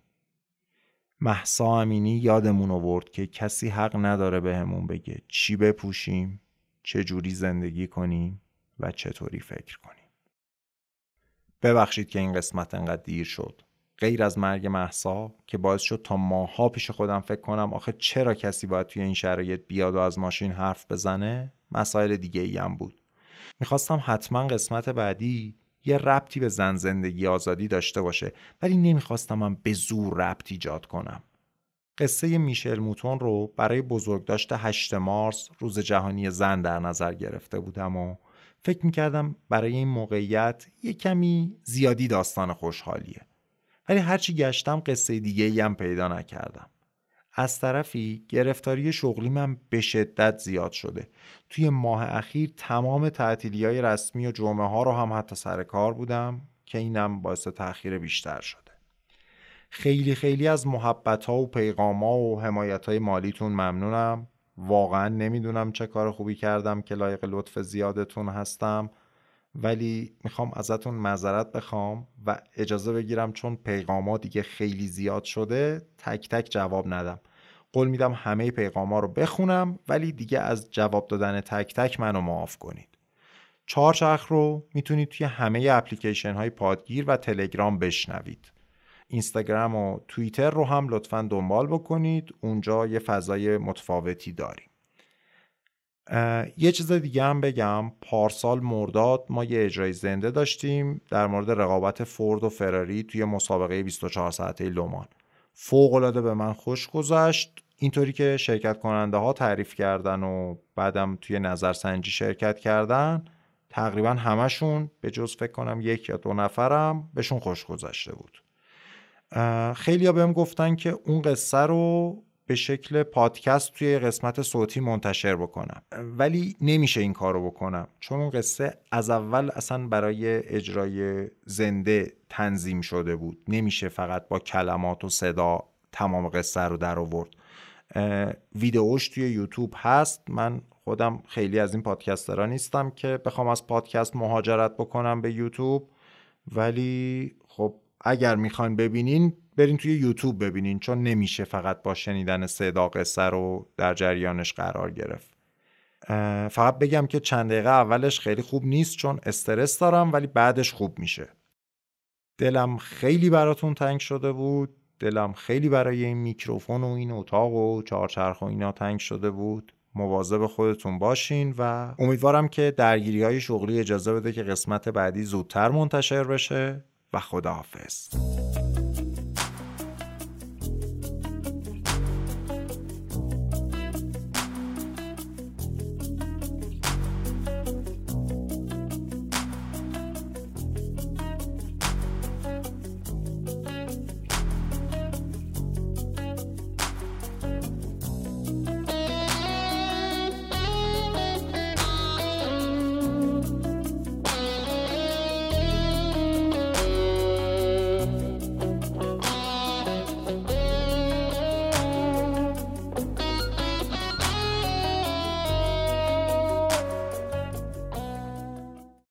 مهسا امینی یادمون آورد که کسی حق نداره بهمون بگه چی بپوشیم، چه جوری زندگی کنیم و چطوری فکر کنیم. ببخشید که این قسمت انقدر دیر شد. غیر از مرگ مهسا که باعث شد تا ماها پیش خودم فکر کنم آخه چرا کسی باید توی این شرایط بیاد و از ماشین حرف بزنه، مسائل دیگه ای هم بود. میخواستم حتما قسمت بعدی یه ربطی به زن زندگی آزادی داشته باشه، ولی نمیخواستم من به زور ربط ایجاد کنم. قصه میشل موتون رو برای بزرگداشت هشت مارس روز جهانی زن در نظر گرفته بودم و فکر میکردم برای این موقعیت یه کمی زیادی داستان خوشحالیه. ولی هرچی گشتم قصه دیگه ای هم پیدا نکردم. از طرفی گرفتاری شغلی من به شدت زیاد شده. توی ماه اخیر تمام تعطیلی‌های رسمی و جمعه ها رو هم حتی سر کار بودم که اینم باعث تأخیر بیشتر شده. خیلی خیلی از محبت ها و پیغام ها و حمایت های مالیتون ممنونم. واقعا نمیدونم چه کار خوبی کردم که لایق لطف زیادتون هستم، ولی میخوام ازتون معذرت بخوام و اجازه بگیرم چون پیغاما دیگه خیلی زیاد شده تک تک جواب ندم. قول میدم همه پیغاما رو بخونم، ولی دیگه از جواب دادن تک تک منو معاف کنید. چهارچرخ رو میتونید توی همه اپلیکیشن های پادگیر و تلگرام بشنوید. اینستاگرام و توییتر رو هم لطفاً دنبال بکنید، اونجا یه فضای متفاوتی داریم. یه چیز دیگه هم بگم، پارسال مرداد ما یه اجرای زنده داشتیم در مورد رقابت فورد و فراری توی مسابقه بیست و چهار ساعته لومان. فوق‌العاده به من خوش گذشت، اینطوری که شرکت کننده ها تعریف کردن و بعدم توی نظرسنجی شرکت کردن، تقریبا همشون به جز فکر کنم یک یا دو نفرم بهشون خوش گذشته بود. خیلی ها بهم گفتن که اون قصه رو به شکل پادکست توی قسمت صوتی منتشر بکنم، ولی نمیشه این کارو بکنم چون اون قصه از اول اصلا برای اجرای زنده تنظیم شده بود. نمیشه فقط با کلمات و صدا تمام قصه رو در آورد. ویدئوش توی یوتیوب هست. من خودم خیلی از این پادکسترها نیستم که بخوام از پادکست مهاجرت بکنم به یوتیوب، ولی خب اگر میخواین ببینین برین توی یوتیوب ببینین، چون نمیشه فقط با شنیدن صدا قصه رو در جریانش قرار گرفت. فقط بگم که چند دقیقه اولش خیلی خوب نیست چون استرس دارم، ولی بعدش خوب میشه. دلم خیلی براتون تنگ شده بود، دلم خیلی برای این میکروفون و این اتاق و چهارچرخ و اینا تنگ شده بود. مواظب خودتون باشین و امیدوارم که درگیری های شغلی اجازه بده که قسمت بعدی زودتر منتشر بشه و خداحافظ.